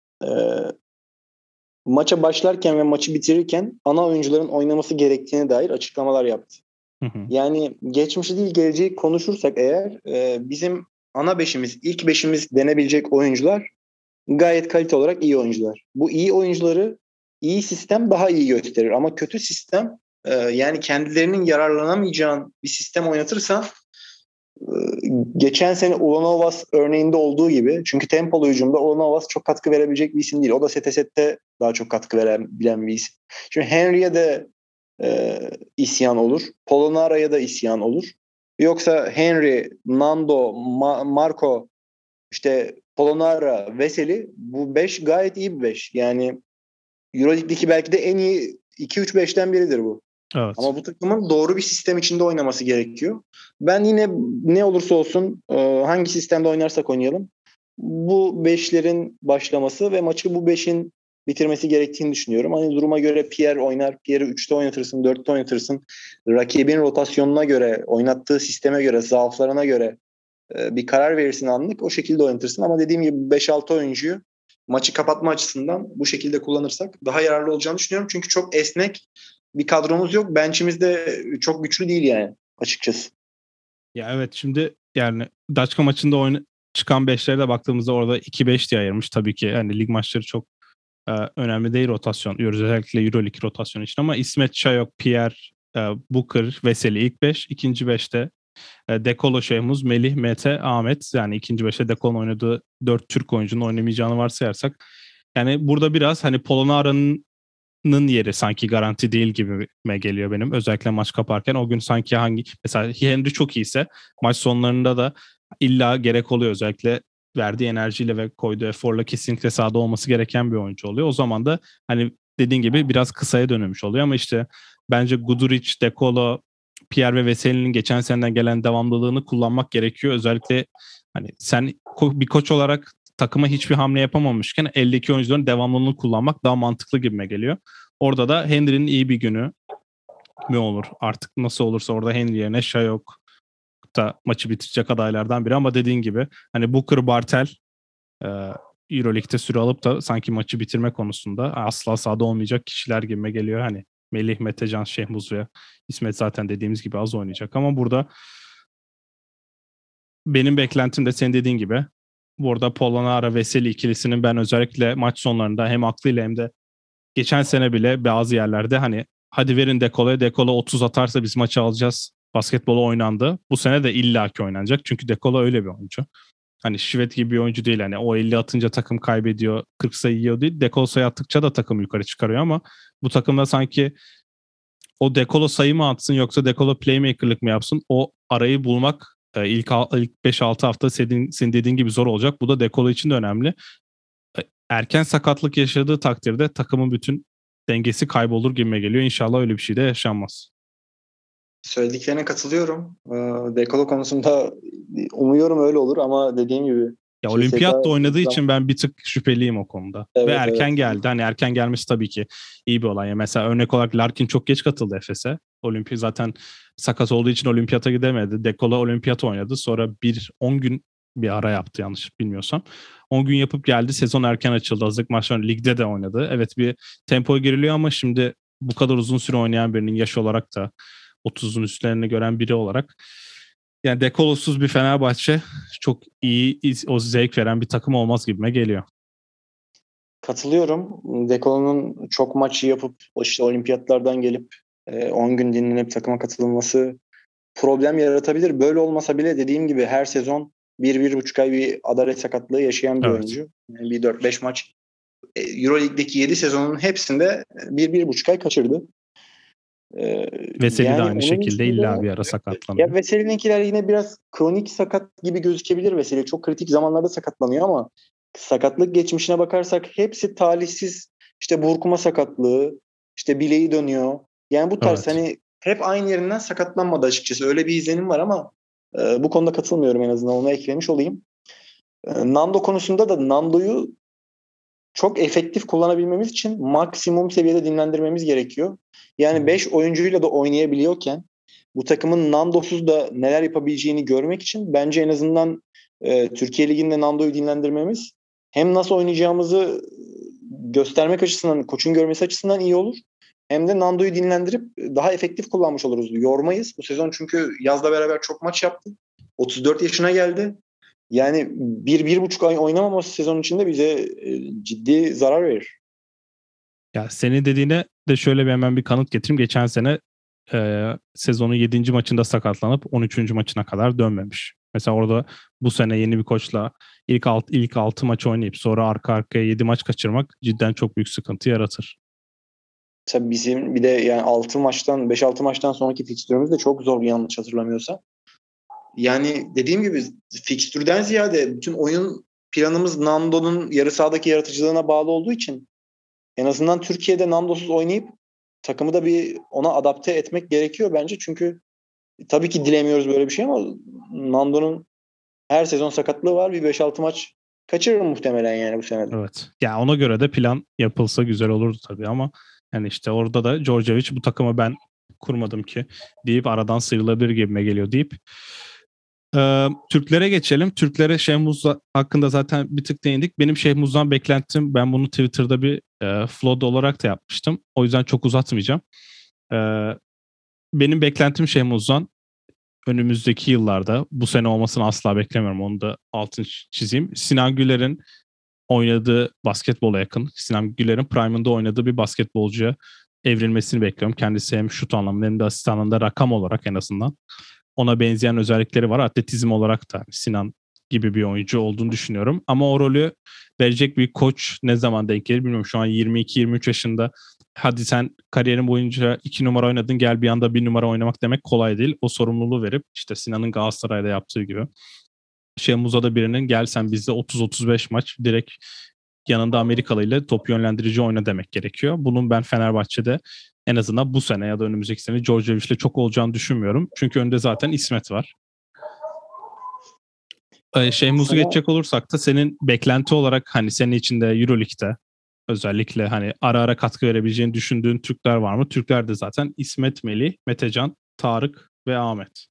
[SPEAKER 2] Maça başlarken ve maçı bitirirken ana oyuncuların oynaması gerektiğine dair açıklamalar yaptı.
[SPEAKER 1] Hı hı.
[SPEAKER 2] Yani geçmişi değil geleceği konuşursak eğer bizim ana beşimiz, ilk beşimiz denebilecek oyuncular gayet kalite olarak iyi oyuncular. Bu iyi oyuncuları iyi sistem daha iyi gösterir ama kötü sistem, yani kendilerinin yararlanamayacağın bir sistem oynatırsa, geçen sene Ulanovas örneğinde olduğu gibi, çünkü tempolu hücumda Ulanovas çok katkı verebilecek bir isim değil. O da sete daha çok katkı verebilen bir isim. Şimdi Henry'e de isyan olur. Polonara'ya da isyan olur. Yoksa Henry, Nando, Marco, işte Polonara, Veseli, bu 5 gayet iyi bir 5. Yani Euroleague'deki belki de en iyi 2-3-5'ten biridir bu.
[SPEAKER 1] Evet.
[SPEAKER 2] Ama bu takımın doğru bir sistem içinde oynaması gerekiyor. Ben yine ne olursa olsun, hangi sistemde oynarsak oynayalım, bu beşlerin başlaması ve maçı bu beşin bitirmesi gerektiğini düşünüyorum. Hani duruma göre Pierre oynar. Pierre'i 3'te oynatırsın, 4'te oynatırsın. Rakibin rotasyonuna göre, oynattığı sisteme göre, zaaflarına göre bir karar verirsin anlık. O şekilde oynatırsın. Ama dediğim gibi 5-6 oyuncuyu maçı kapatma açısından bu şekilde kullanırsak daha yararlı olacağını düşünüyorum. Çünkü çok esnek bir kadromuz yok. Bench'imiz de çok güçlü değil yani açıkçası.
[SPEAKER 1] Ya evet, şimdi yani Daçka maçında çıkan beşlere de baktığımızda orada 2-5 diye ayırmış. Tabii ki yani lig maçları çok önemli değil rotasyon diyoruz. Özellikle Euroleague rotasyon için ama İsmet Çayok, Pierre, Booker, Veseli ilk 5. İkinci 5'te Dekolo, Şehmuz, Melih, Mete, Ahmet. Yani ikinci 5'te Dekolo'nun oynadığı 4 Türk oyuncunun oynamayacağını varsayarsak. Yani burada biraz hani Polonara'nın yeri sanki garanti değil gibime geliyor benim. Özellikle maç kaparken o gün sanki mesela Henry çok iyiyse maç sonlarında da illa gerek oluyor. Özellikle verdiği enerjiyle ve koyduğu eforla kesinlikle sahada olması gereken bir oyuncu oluyor. O zaman da hani dediğin gibi biraz kısaya dönmüş oluyor ama işte bence Guduric, Dekolo, Pierre ve Veseli'nin geçen seneden gelen devamlılığını kullanmak gerekiyor. Özellikle hani sen bir koç olarak takıma hiçbir hamle yapamamışken eldeki oyuncuların devamlılığını kullanmak daha mantıklı gibime geliyor. Orada da Henry'nin iyi bir günü mü olur? Artık nasıl olursa orada Henry yerine Shayok da maçı bitirecek adaylardan biri ama dediğin gibi hani Booker, Bartel Euroleague'de süre alıp da sanki maçı bitirme konusunda asla sahada olmayacak kişiler gibime geliyor. Hani Melih, Metecan, Şehmuz ve İsmet zaten dediğimiz gibi az oynayacak ama burada benim beklentim de senin dediğin gibi burada Polonara Veseli ikilisinin ben özellikle maç sonlarında hem aklıyla hem de geçen sene bile bazı yerlerde hani hadi verin Dekolo 30 atarsa biz maçı alacağız basketbolu oynandı. Bu sene de illaki oynanacak çünkü Dekolo öyle bir oyuncu. Hani Şivet gibi bir oyuncu değil. Hani o 50 atınca takım kaybediyor, 40 sayı yiyor değil. Dekolo sayı attıkça da takım yukarı çıkarıyor ama bu takımda sanki o Dekolo sayı mı atsın yoksa Dekolo playmaker'lık mı yapsın? O arayı bulmak ilk 5-6 hafta senin dediğin gibi zor olacak. Bu da Dekolo için de önemli. Erken sakatlık yaşadığı takdirde takımın bütün dengesi kaybolur gibime geliyor. İnşallah öyle bir şey de yaşanmaz.
[SPEAKER 2] Söylediklerine katılıyorum. Dekolo konusunda umuyorum öyle olur ama dediğim gibi
[SPEAKER 1] Ya
[SPEAKER 2] CSK
[SPEAKER 1] Olimpiyat'ta oynadığı
[SPEAKER 2] zaman...
[SPEAKER 1] için ben bir tık şüpheliyim o konuda. Ve
[SPEAKER 2] Evet,
[SPEAKER 1] erken
[SPEAKER 2] evet.
[SPEAKER 1] geldi. Hani erken gelmesi tabii ki iyi bir olay. Ya mesela örnek olarak Larkin çok geç katıldı Efes'e. Zaten sakat olduğu için olimpiyata gidemedi. Dekola olimpiyat oynadı. Sonra 10 gün bir ara yaptı yanlış bilmiyorsam. 10 gün yapıp geldi. Sezon erken açıldı. Hazırlık maçlarını ligde de oynadı. Evet bir tempo geriliyor ama şimdi bu kadar uzun süre oynayan birinin yaş olarak da 30'un üstlerini gören biri olarak yani dekolosuz bir Fenerbahçe çok iyi o zevk veren bir takım olmaz gibime geliyor.
[SPEAKER 2] Katılıyorum. Dekolo'nun çok maçı yapıp işte olimpiyatlardan gelip 10 gün dinlenip takıma katılması problem yaratabilir. Böyle olmasa bile dediğim gibi her sezon 1-1,5 ay bir adalet sakatlığı yaşayan bir
[SPEAKER 1] Evet.
[SPEAKER 2] oyuncu. Yani bir 4-5 maç. Euroleague'deki 7 sezonun hepsinde 1-1,5 ay kaçırdı.
[SPEAKER 1] Veseli de
[SPEAKER 2] Yani
[SPEAKER 1] aynı
[SPEAKER 2] onun
[SPEAKER 1] şekilde illa
[SPEAKER 2] içinde
[SPEAKER 1] bir ara
[SPEAKER 2] ya
[SPEAKER 1] sakatlanıyor.
[SPEAKER 2] Veseli'ninkiler yine biraz kronik sakat gibi gözükebilir. Veseli çok kritik zamanlarda sakatlanıyor ama sakatlık geçmişine bakarsak hepsi talihsiz. İşte burkuma sakatlığı, işte bileği dönüyor. Yani bu tarz
[SPEAKER 1] Evet.
[SPEAKER 2] hani hep aynı yerinden sakatlanmadı açıkçası. Öyle bir izlenim var ama bu konuda katılmıyorum, en azından onu eklemiş olayım. Nando konusunda da Nando'yu çok efektif kullanabilmemiz için maksimum seviyede dinlendirmemiz gerekiyor. Yani 5 oyuncuyla da oynayabiliyorken bu takımın Nando'suz da neler yapabileceğini görmek için bence en azından Türkiye Ligi'nde Nando'yu dinlendirmemiz hem nasıl oynayacağımızı göstermek açısından, koçun görmesi açısından iyi olur. Hem de Nando'yu dinlendirip daha efektif kullanmış oluruz. Yormayız. Bu sezon çünkü yazla beraber çok maç yaptı. 34 yaşına geldi. Yani 1-1,5 ay oynamaması sezon içinde bize ciddi zarar verir.
[SPEAKER 1] Ya senin dediğine de şöyle bir hemen bir kanıt getireyim. Geçen sene sezonun 7. maçında sakatlanıp 13. maçına kadar dönmemiş. Mesela orada bu sene yeni bir koçla ilk 6 maç oynayıp sonra arka arkaya 7 maç kaçırmak cidden çok büyük sıkıntı yaratır.
[SPEAKER 2] Tabii bizim bir de yani 5-6 maçtan sonraki fikstürümüz de çok zor, yanlış hatırlamıyorsam. Yani dediğim gibi fikstürden ziyade bütün oyun planımız Nando'nun yarı sahadaki yaratıcılığına bağlı olduğu için en azından Türkiye'de Nando'suz oynayıp takımı da bir ona adapte etmek gerekiyor bence. Çünkü tabii ki dilemiyoruz böyle bir şey ama Nando'nun her sezon sakatlığı var. Bir 5-6 maç kaçırır muhtemelen yani bu sene de.
[SPEAKER 1] Evet. Ya ona göre de plan yapılsa güzel olurdu tabii ama yani işte orada da Djordjevic bu takımı ben kurmadım ki deyip aradan sıyrılabilir gibime geliyor deyip Türklere geçelim. Türklere Şehmuz hakkında zaten bir tık değindik. Benim Şehmuz'dan beklentim, ben bunu Twitter'da bir flood olarak da yapmıştım. O yüzden çok uzatmayacağım. E, Benim beklentim Şehmuz'dan önümüzdeki yıllarda, bu sene olmasını asla beklemiyorum. Onu da altını çizeyim. Sinan Güler'in oynadığı basketbola yakın, Sinan Güler'in prime'ında oynadığı bir basketbolcuya evrilmesini bekliyorum. Kendisi hem şut anlamında hem de asist anlamında rakam olarak en azından ona benzeyen özellikleri var. Atletizm olarak da Sinan gibi bir oyuncu olduğunu düşünüyorum. Ama o rolü verecek bir koç ne zaman denk gelir bilmiyorum. Şu an 22-23 yaşında. Hadi sen kariyerin boyunca 2 numara oynadın, gel bir anda 1 numara oynamak demek kolay değil. O sorumluluğu verip işte Sinan'ın Galatasaray'da yaptığı gibi. Şemuz'a da birinin gel sen bizde 30-35 maç direkt yanında Amerikalı ile top yönlendirici oyna demek gerekiyor. Bunun ben Fenerbahçe'de en azından bu sene ya da önümüzdeki sene Djordjevic'le çok olacağını düşünmüyorum. Çünkü önde zaten İsmet var. Şehmuz'u
[SPEAKER 2] Sana
[SPEAKER 1] geçecek olursak da senin beklenti olarak hani senin içinde Euroleague'de özellikle hani ara ara katkı verebileceğini düşündüğün Türkler var mı? Türkler de zaten İsmet, Melih, Metecan, Tarık ve Ahmet.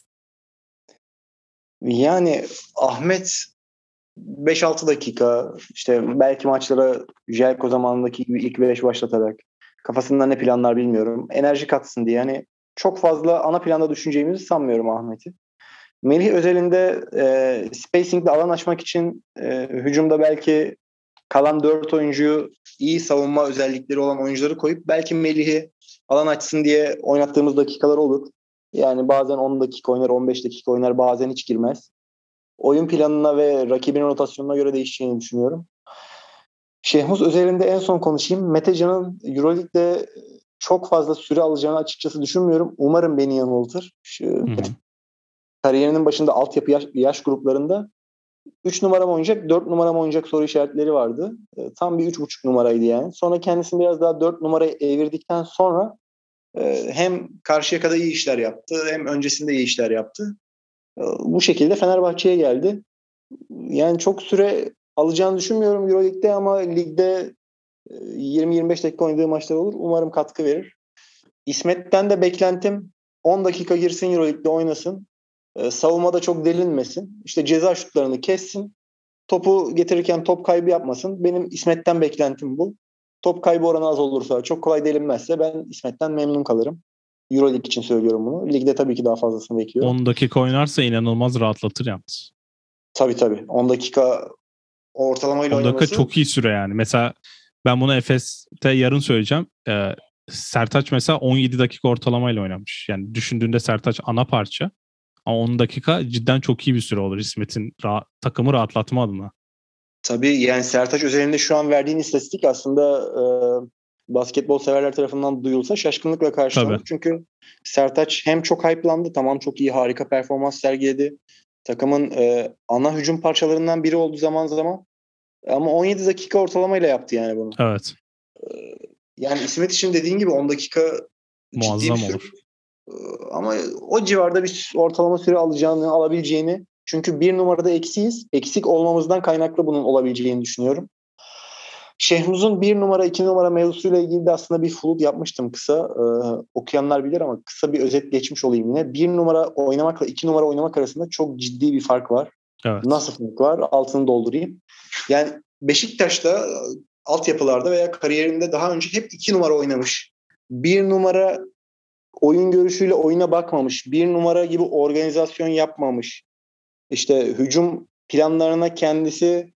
[SPEAKER 2] yani Ahmet 5-6 dakika işte belki maçlara Jelko zamanındaki gibi ilk 5 başlatarak kafasında ne planlar bilmiyorum. Enerji katsın diye yani çok fazla ana planda düşüneceğimizi sanmıyorum Ahmet'i. Melih özelinde spacingle alan açmak için hücumda belki kalan 4 oyuncuyu iyi savunma özellikleri olan oyuncuları koyup belki Melih'i alan açsın diye oynattığımız dakikalar olur. Yani bazen 10 dakika oynar, 15 dakika oynar, bazen hiç girmez. Oyun planına ve rakibin rotasyonuna göre değişeceğini düşünüyorum. Şehmuz özelinde en son konuşayım. Metecan'ın Euroleague'de çok fazla süre alacağını açıkçası düşünmüyorum. Umarım beni yanıltır.
[SPEAKER 1] Hı hı.
[SPEAKER 2] Kariyerinin başında altyapı yaş gruplarında 3 numara mı oynayacak, 4 numara mı oynayacak soru işaretleri vardı. Tam bir 3,5 numaraydı yani. Sonra kendisini biraz daha 4 numaraya evirdikten sonra hem Karşıyaka'da iyi işler yaptı hem öncesinde iyi işler yaptı. Bu şekilde Fenerbahçe'ye geldi. Yani çok süre alacağını düşünmüyorum Euroleague'de ama ligde 20-25 dakika oynadığı maçlar olur. Umarım katkı verir. İsmet'ten de beklentim 10 dakika girsin Euroleague'de oynasın. Savunmada çok delinmesin. İşte ceza şutlarını kessin. Topu getirirken top kaybı yapmasın. Benim İsmet'ten beklentim bu. Top kaybı oranı az olursa, çok kolay delinmezse ben İsmet'ten memnun kalırım. Euroleague için söylüyorum bunu. Ligde tabii ki daha fazlasını bekliyorum.
[SPEAKER 1] 10 dakika oynarsa inanılmaz rahatlatır yalnız.
[SPEAKER 2] Tabii. 10 dakika ortalamayla
[SPEAKER 1] 10 dakika
[SPEAKER 2] oynaması.
[SPEAKER 1] çok iyi süre yani. Mesela ben bunu Efes'te yarın söyleyeceğim. Sertaç mesela 17 dakika ortalamayla oynamış. Yani düşündüğünde Sertaç ana parça. Ama 10 dakika cidden çok iyi bir süre olur İsmet'in takımı rahatlatma adına.
[SPEAKER 2] Tabii yani Sertaç özelinde şu an verdiğin istatistik aslında basketbol severler tarafından duyulsa şaşkınlıkla karşılanır.
[SPEAKER 1] Tabii.
[SPEAKER 2] Çünkü Sertaç hem çok hype'landı, tamam çok iyi, harika performans sergiledi. Takımın ana hücum parçalarından biri oldu zaman zaman. Ama 17 dakika ortalamayla yaptı yani bunu.
[SPEAKER 1] Evet.
[SPEAKER 2] Yani İsmet için dediğin gibi 10 dakika ciddi bir
[SPEAKER 1] Muazzam
[SPEAKER 2] süre.
[SPEAKER 1] olur.
[SPEAKER 2] Ama o civarda bir ortalama süre alabileceğini, çünkü bir numarada eksiyiz. Eksik olmamızdan kaynaklı bunun olabileceğini düşünüyorum. Şehmuz'un bir numara, iki numara mevzusuyla ilgili de aslında bir flood yapmıştım kısa. Okuyanlar bilir ama kısa bir özet geçmiş olayım yine. Bir numara oynamakla iki numara oynamak arasında çok ciddi bir fark var.
[SPEAKER 1] Evet.
[SPEAKER 2] Nasıl fark var? Altını doldurayım. Yani Beşiktaş'ta altyapılarda veya kariyerinde daha önce hep iki numara oynamış. Bir numara oyun görüşüyle oyuna bakmamış. Bir numara gibi organizasyon yapmamış. İşte hücum planlarına kendisi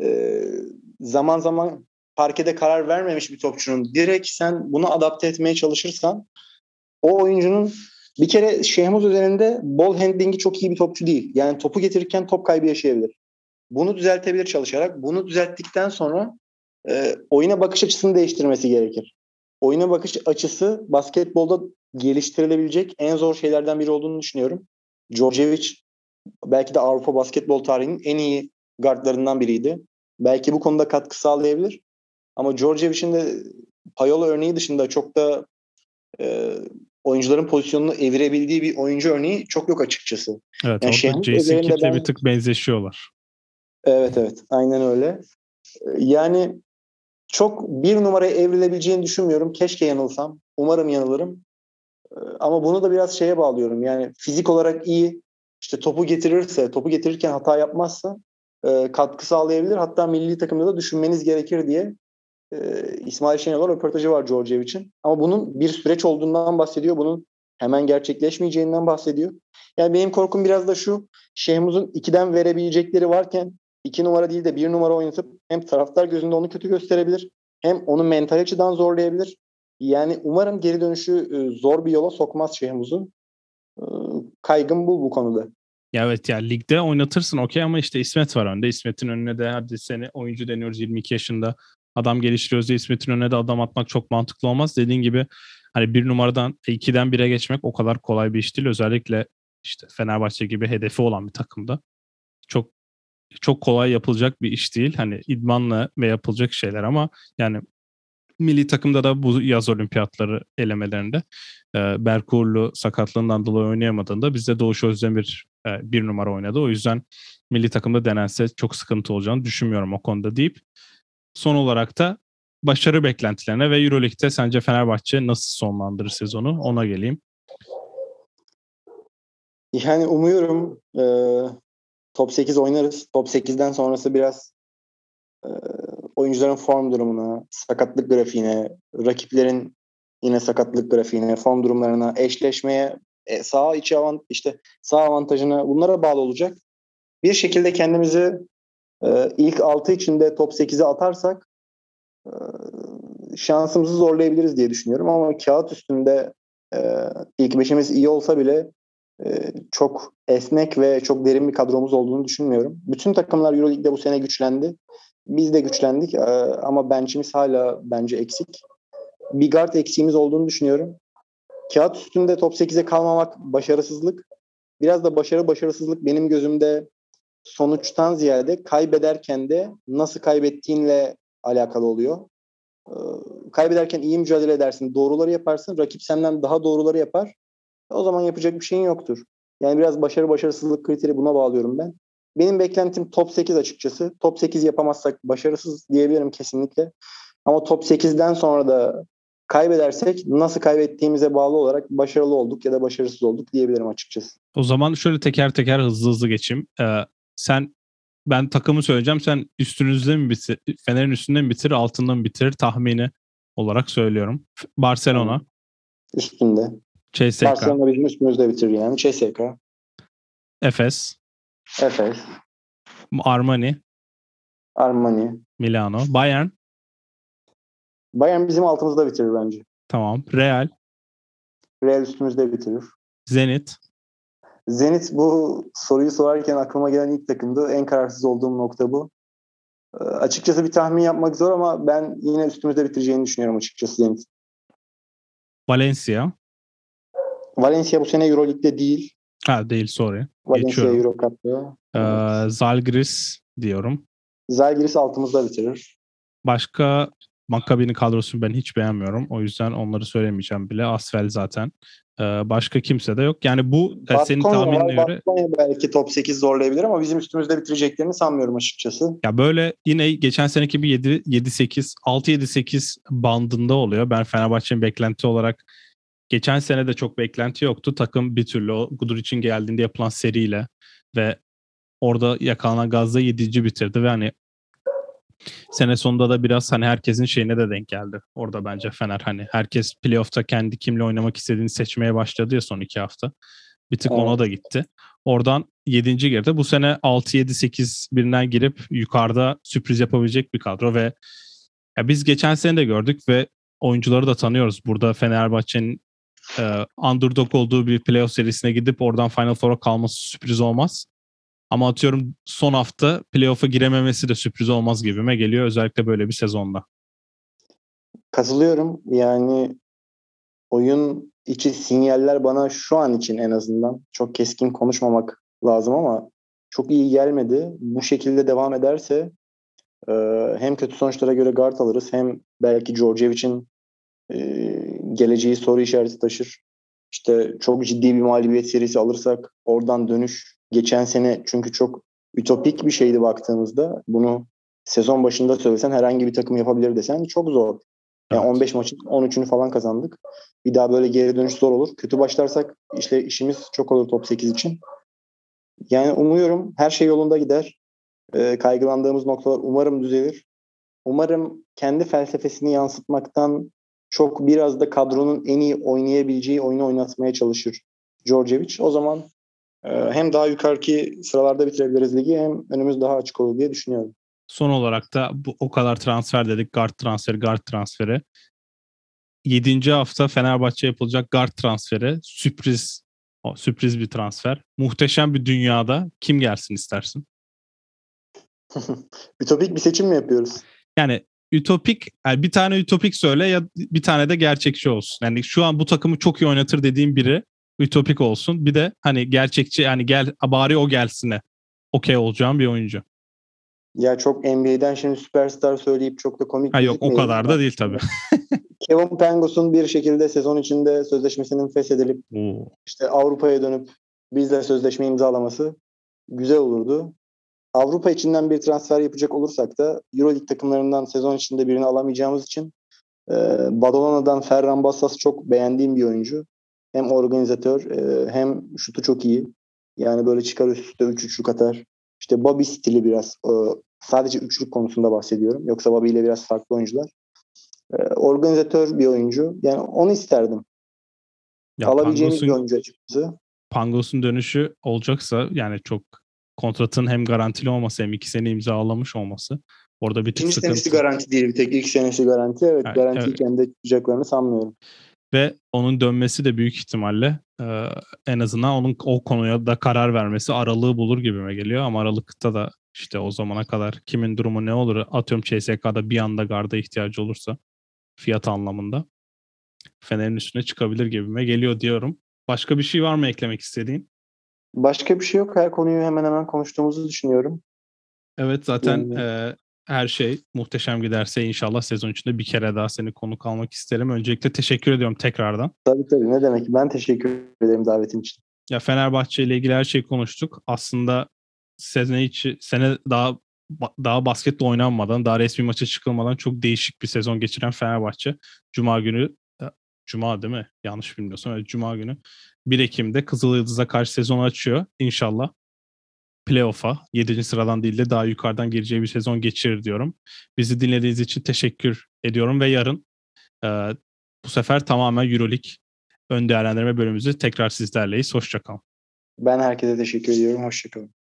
[SPEAKER 2] zaman zaman parkede karar vermemiş bir topçunun. Direkt sen bunu adapte etmeye çalışırsan o oyuncunun bir kere Şehmuz üzerinde ball handling'i çok iyi bir topçu değil. Yani topu getirirken top kaybı yaşayabilir. Bunu düzeltebilir çalışarak. Bunu düzelttikten sonra oyuna bakış açısını değiştirmesi gerekir. Oyuna bakış açısı basketbolda geliştirilebilecek en zor şeylerden biri olduğunu düşünüyorum. Djordjevic belki de Avrupa basketbol tarihinin en iyi guardlarından biriydi. Belki bu konuda katkı sağlayabilir. Ama Djordjevic'in de Payola örneği dışında çok da oyuncuların pozisyonunu evirebildiği bir oyuncu örneği çok yok açıkçası.
[SPEAKER 1] Evet,
[SPEAKER 2] Yani
[SPEAKER 1] orada
[SPEAKER 2] Şehmuz
[SPEAKER 1] Jason
[SPEAKER 2] üzerinde
[SPEAKER 1] Kidd'le bir tık benzeşiyorlar.
[SPEAKER 2] Evet, aynen öyle. Yani çok bir numaraya evrilebileceğini düşünmüyorum. Keşke yanılsam. Umarım yanılırım. Ama bunu da biraz şeye bağlıyorum. Yani fizik olarak iyi, işte topu getirirse, topu getirirken hata yapmazsa katkı sağlayabilir. Hatta milli takımda da düşünmeniz gerekir diye İsmail Şenol'un röportajı var Djordjevic'in. Ama bunun bir süreç olduğundan bahsediyor. Bunun hemen gerçekleşmeyeceğinden bahsediyor. Yani benim korkum biraz da şu. Şehmuz'un 2'den verebilecekleri varken 2 numara değil de 1 numara oynatıp hem taraftar gözünde onu kötü gösterebilir, hem onu mental açıdan zorlayabilir. Yani umarım geri dönüşü zor bir yola sokmaz Şehmuz'u. Kaygım bu konuda.
[SPEAKER 1] Ya evet, ya ligde oynatırsın okey, ama işte İsmet var önde. İsmet'in önüne de hadi seni oyuncu deniyoruz 22 yaşında. Adam geliştiriyoruz diye İsmet'in önüne de adam atmak çok mantıklı olmaz. Dediğin gibi hani bir numaradan 2'den 1'e geçmek o kadar kolay bir iş değil. Özellikle işte Fenerbahçe gibi hedefi olan bir takımda. Çok çok kolay yapılacak bir iş değil. Hani idmanla ve yapılacak şeyler, ama yani milli takımda da bu yaz olimpiyatları elemelerinde Berk Uğurlu sakatlığından dolayı oynayamadığında bizde Doğuş Özdemir bir numara oynadı. O yüzden milli takımda denense çok sıkıntı olacağını düşünmüyorum o konuda deyip, son olarak da başarı beklentilerine ve Euroleague'de sence Fenerbahçe nasıl sonlandırır sezonu, ona geleyim.
[SPEAKER 2] Yani umuyorum top 8 oynarız. Top 8'den sonrası biraz e, oyuncuların form durumuna, sakatlık grafiğine, rakiplerin yine sakatlık grafiğine, form durumlarına, eşleşmeye, sağ içi işte sağ avantajına, bunlara bağlı olacak. Bir şekilde kendimizi ilk 6 içinde top 8'e atarsak e, şansımızı zorlayabiliriz diye düşünüyorum. Ama kağıt üstünde ilk 5'imiz iyi olsa bile çok esnek ve çok derin bir kadromuz olduğunu düşünmüyorum. Bütün takımlar Euroleague'de bu sene güçlendi. Biz de güçlendik ama bench'imiz hala bence eksik. Bir guard eksiğimiz olduğunu düşünüyorum. Kağıt üstünde top 8'e kalmamak başarısızlık. Biraz da başarısızlık benim gözümde sonuçtan ziyade kaybederken de nasıl kaybettiğinle alakalı oluyor. Kaybederken iyi mücadele edersin, doğruları yaparsın. Rakip senden daha doğruları yapar. O zaman yapacak bir şeyin yoktur. Yani biraz başarısızlık kriteri buna bağlıyorum ben. Benim beklentim top 8 açıkçası. Top 8 yapamazsak başarısız diyebilirim kesinlikle. Ama top 8'den sonra da Kaybedersek nasıl kaybettiğimize bağlı olarak başarılı olduk ya da başarısız olduk diyebilirim açıkçası.
[SPEAKER 1] O zaman şöyle teker teker hızlı geçeyim. Ben takımı söyleyeceğim. Sen üstünüzde mi bitir? Fener'in üstünde mi bitirir, altında mı bitirir tahmini olarak söylüyorum. Barcelona,
[SPEAKER 2] Üstünde.
[SPEAKER 1] CSKA,
[SPEAKER 2] Barcelona bizim üstümüzde bitirir yani. CSKA,
[SPEAKER 1] Efes, Armani, Milano, Bayern.
[SPEAKER 2] Bayern bizim altımızda bitirir bence.
[SPEAKER 1] Tamam. Real
[SPEAKER 2] üstümüzde bitirir.
[SPEAKER 1] Zenit
[SPEAKER 2] bu soruyu sorarken aklıma gelen ilk takımdı. En kararsız olduğum nokta bu. Açıkçası bir tahmin yapmak zor ama ben yine üstümüzde bitireceğini düşünüyorum açıkçası Zenit.
[SPEAKER 1] Valencia
[SPEAKER 2] bu sene Euroleague'de değil.
[SPEAKER 1] Değil, sorry.
[SPEAKER 2] Valencia Euro Cup'ta.
[SPEAKER 1] Zalgiris diyorum.
[SPEAKER 2] Zalgiris altımızda bitirir.
[SPEAKER 1] Başka Maccabi'nin kadrosunu ben hiç beğenmiyorum. O yüzden onları söylemeyeceğim bile. Asfel zaten. Başka kimse de yok. Yani bu senin tahminine göre...
[SPEAKER 2] Baskonya belki top 8 zorlayabilir ama bizim üstümüzde bitireceklerini sanmıyorum açıkçası.
[SPEAKER 1] Ya böyle yine geçen seneki bir 7-8, 6-7-8 bandında oluyor. Ben Fenerbahçe'nin beklenti olarak geçen sene de çok beklenti yoktu. Takım bir türlü o Guduric'in geldiğinde yapılan seriyle ve orada yakalanan gazla 7. bitirdi ve hani sene sonunda da biraz hani herkesin şeyine de denk geldi. Orada bence Fener hani herkes playoff'ta kendi kimle oynamak istediğini seçmeye başladı ya son 2 hafta. Bir tık ona da gitti. Oradan 7. girdi. Bu sene 6-7-8 birinden girip yukarıda sürpriz yapabilecek bir kadro ve ya biz geçen sene de gördük ve oyuncuları da tanıyoruz. Burada Fenerbahçe'nin underdog olduğu bir playoff serisine gidip oradan Final Four'a kalması sürpriz olmaz. Ama atıyorum son hafta playoff'a girememesi de sürpriz olmaz gibime geliyor. Özellikle böyle bir sezonda.
[SPEAKER 2] Katılıyorum. Yani oyun içi sinyaller bana şu an için en azından çok keskin konuşmamak lazım ama çok iyi gelmedi. Bu şekilde devam ederse hem kötü sonuçlara göre guard alırız hem belki Djordjevic'in geleceği soru işareti taşır. İşte çok ciddi bir mağlubiyet serisi alırsak oradan dönüş geçen sene çünkü çok ütopik bir şeydi baktığımızda. Bunu sezon başında söylesen herhangi bir takım yapabilir desen çok zor. Yani evet. 15 maçın 13'ünü falan kazandık. Bir daha böyle geri dönüş zor olur. Kötü başlarsak işte işimiz çok olur top 8 için. Yani umuyorum her şey yolunda gider. Kaygılandığımız noktalar umarım düzelir. Umarım kendi felsefesini yansıtmaktan çok biraz da kadronun en iyi oynayabileceği oyunu oynatmaya çalışır Djordjevic. O zaman hem daha yukarıki sıralarda bitirebiliriz ligi hem önümüz daha açık olur diye düşünüyorum.
[SPEAKER 1] Son olarak da o kadar transfer dedik. Guard transferi. 7. hafta Fenerbahçe yapılacak guard transferi. Sürpriz bir transfer. Muhteşem bir dünyada kim gelsin istersin?
[SPEAKER 2] Ütopik bir seçim mi yapıyoruz?
[SPEAKER 1] Yani ütopik, yani bir tane ütopik söyle ya bir tane de gerçekçi olsun. Yani şu an bu takımı çok iyi oynatır dediğim biri ütopik olsun. Bir de hani gerçekçi, yani bari o gelsine okey olacağım bir oyuncu.
[SPEAKER 2] Ya çok NBA'den şimdi süperstar söyleyip çok da komik
[SPEAKER 1] yok o kadar da değil tabii.
[SPEAKER 2] Kevin Pangos'un bir şekilde sezon içinde sözleşmesinin feshedilip işte Avrupa'ya dönüp bizle sözleşme imzalaması güzel olurdu. Avrupa içinden bir transfer yapacak olursak da Euroleague takımlarından sezon içinde birini alamayacağımız için Badalona'dan Ferran Bassas çok beğendiğim bir oyuncu. Hem organizatör hem şutu çok iyi. Yani böyle çıkar üst üste 3 üçlük atar. İşte Bobby stili biraz. Sadece üçlük konusunda bahsediyorum. Yoksa Bobby ile biraz farklı oyuncular. Organizatör bir oyuncu. Yani onu isterdim. Ya alabileceğimiz bir oyuncu açıkçası.
[SPEAKER 1] Pangos'un dönüşü olacaksa yani çok kontratın hem garantili olması hem 2 sene imzalamış olması. Orada bir tık
[SPEAKER 2] İkinci
[SPEAKER 1] sıkıntı.
[SPEAKER 2] senesi garanti değil. Bir tek ilk senesi garanti. Evet, yani, garantiyken de tutacaklarını sanmıyorum.
[SPEAKER 1] Ve onun dönmesi de büyük ihtimalle en azından onun o konuya da karar vermesi aralığı bulur gibime geliyor. Ama aralıkta da işte o zamana kadar kimin durumu ne olur? Atıyorum CSK'da bir anda garda ihtiyacı olursa fiyat anlamında Fener'in üstüne çıkabilir gibime geliyor diyorum. Başka bir şey var mı eklemek istediğin?
[SPEAKER 2] Başka bir şey yok. Her konuyu hemen hemen konuştuğumuzu düşünüyorum.
[SPEAKER 1] Evet zaten her şey muhteşem giderse inşallah sezon içinde bir kere daha seni konuk almak isterim. Öncelikle teşekkür ediyorum tekrardan.
[SPEAKER 2] Tabii ne demek. Ben teşekkür ederim davetin için.
[SPEAKER 1] Ya Fenerbahçe ile ilgili her şeyi konuştuk. Aslında sene daha daha basketle oynanmadan, daha resmi maça çıkılmadan çok değişik bir sezon geçiren Fenerbahçe Cuma günü, Cuma değil mi? Yanlış bilmiyorsam. Evet, Cuma günü 1 Ekim'de Kızılyıldız'a karşı sezonu açıyor. İnşallah playoff'a 7. sıradan değil de daha yukarıdan gireceği bir sezon geçirir diyorum. Bizi dinlediğiniz için teşekkür ediyorum ve yarın e, bu sefer tamamen EuroLeague ön değerlendirme bölümümüzü tekrar sizlerleyiz. Hoşça kalın.
[SPEAKER 2] Ben herkese teşekkür ediyorum. Hoşça kalın.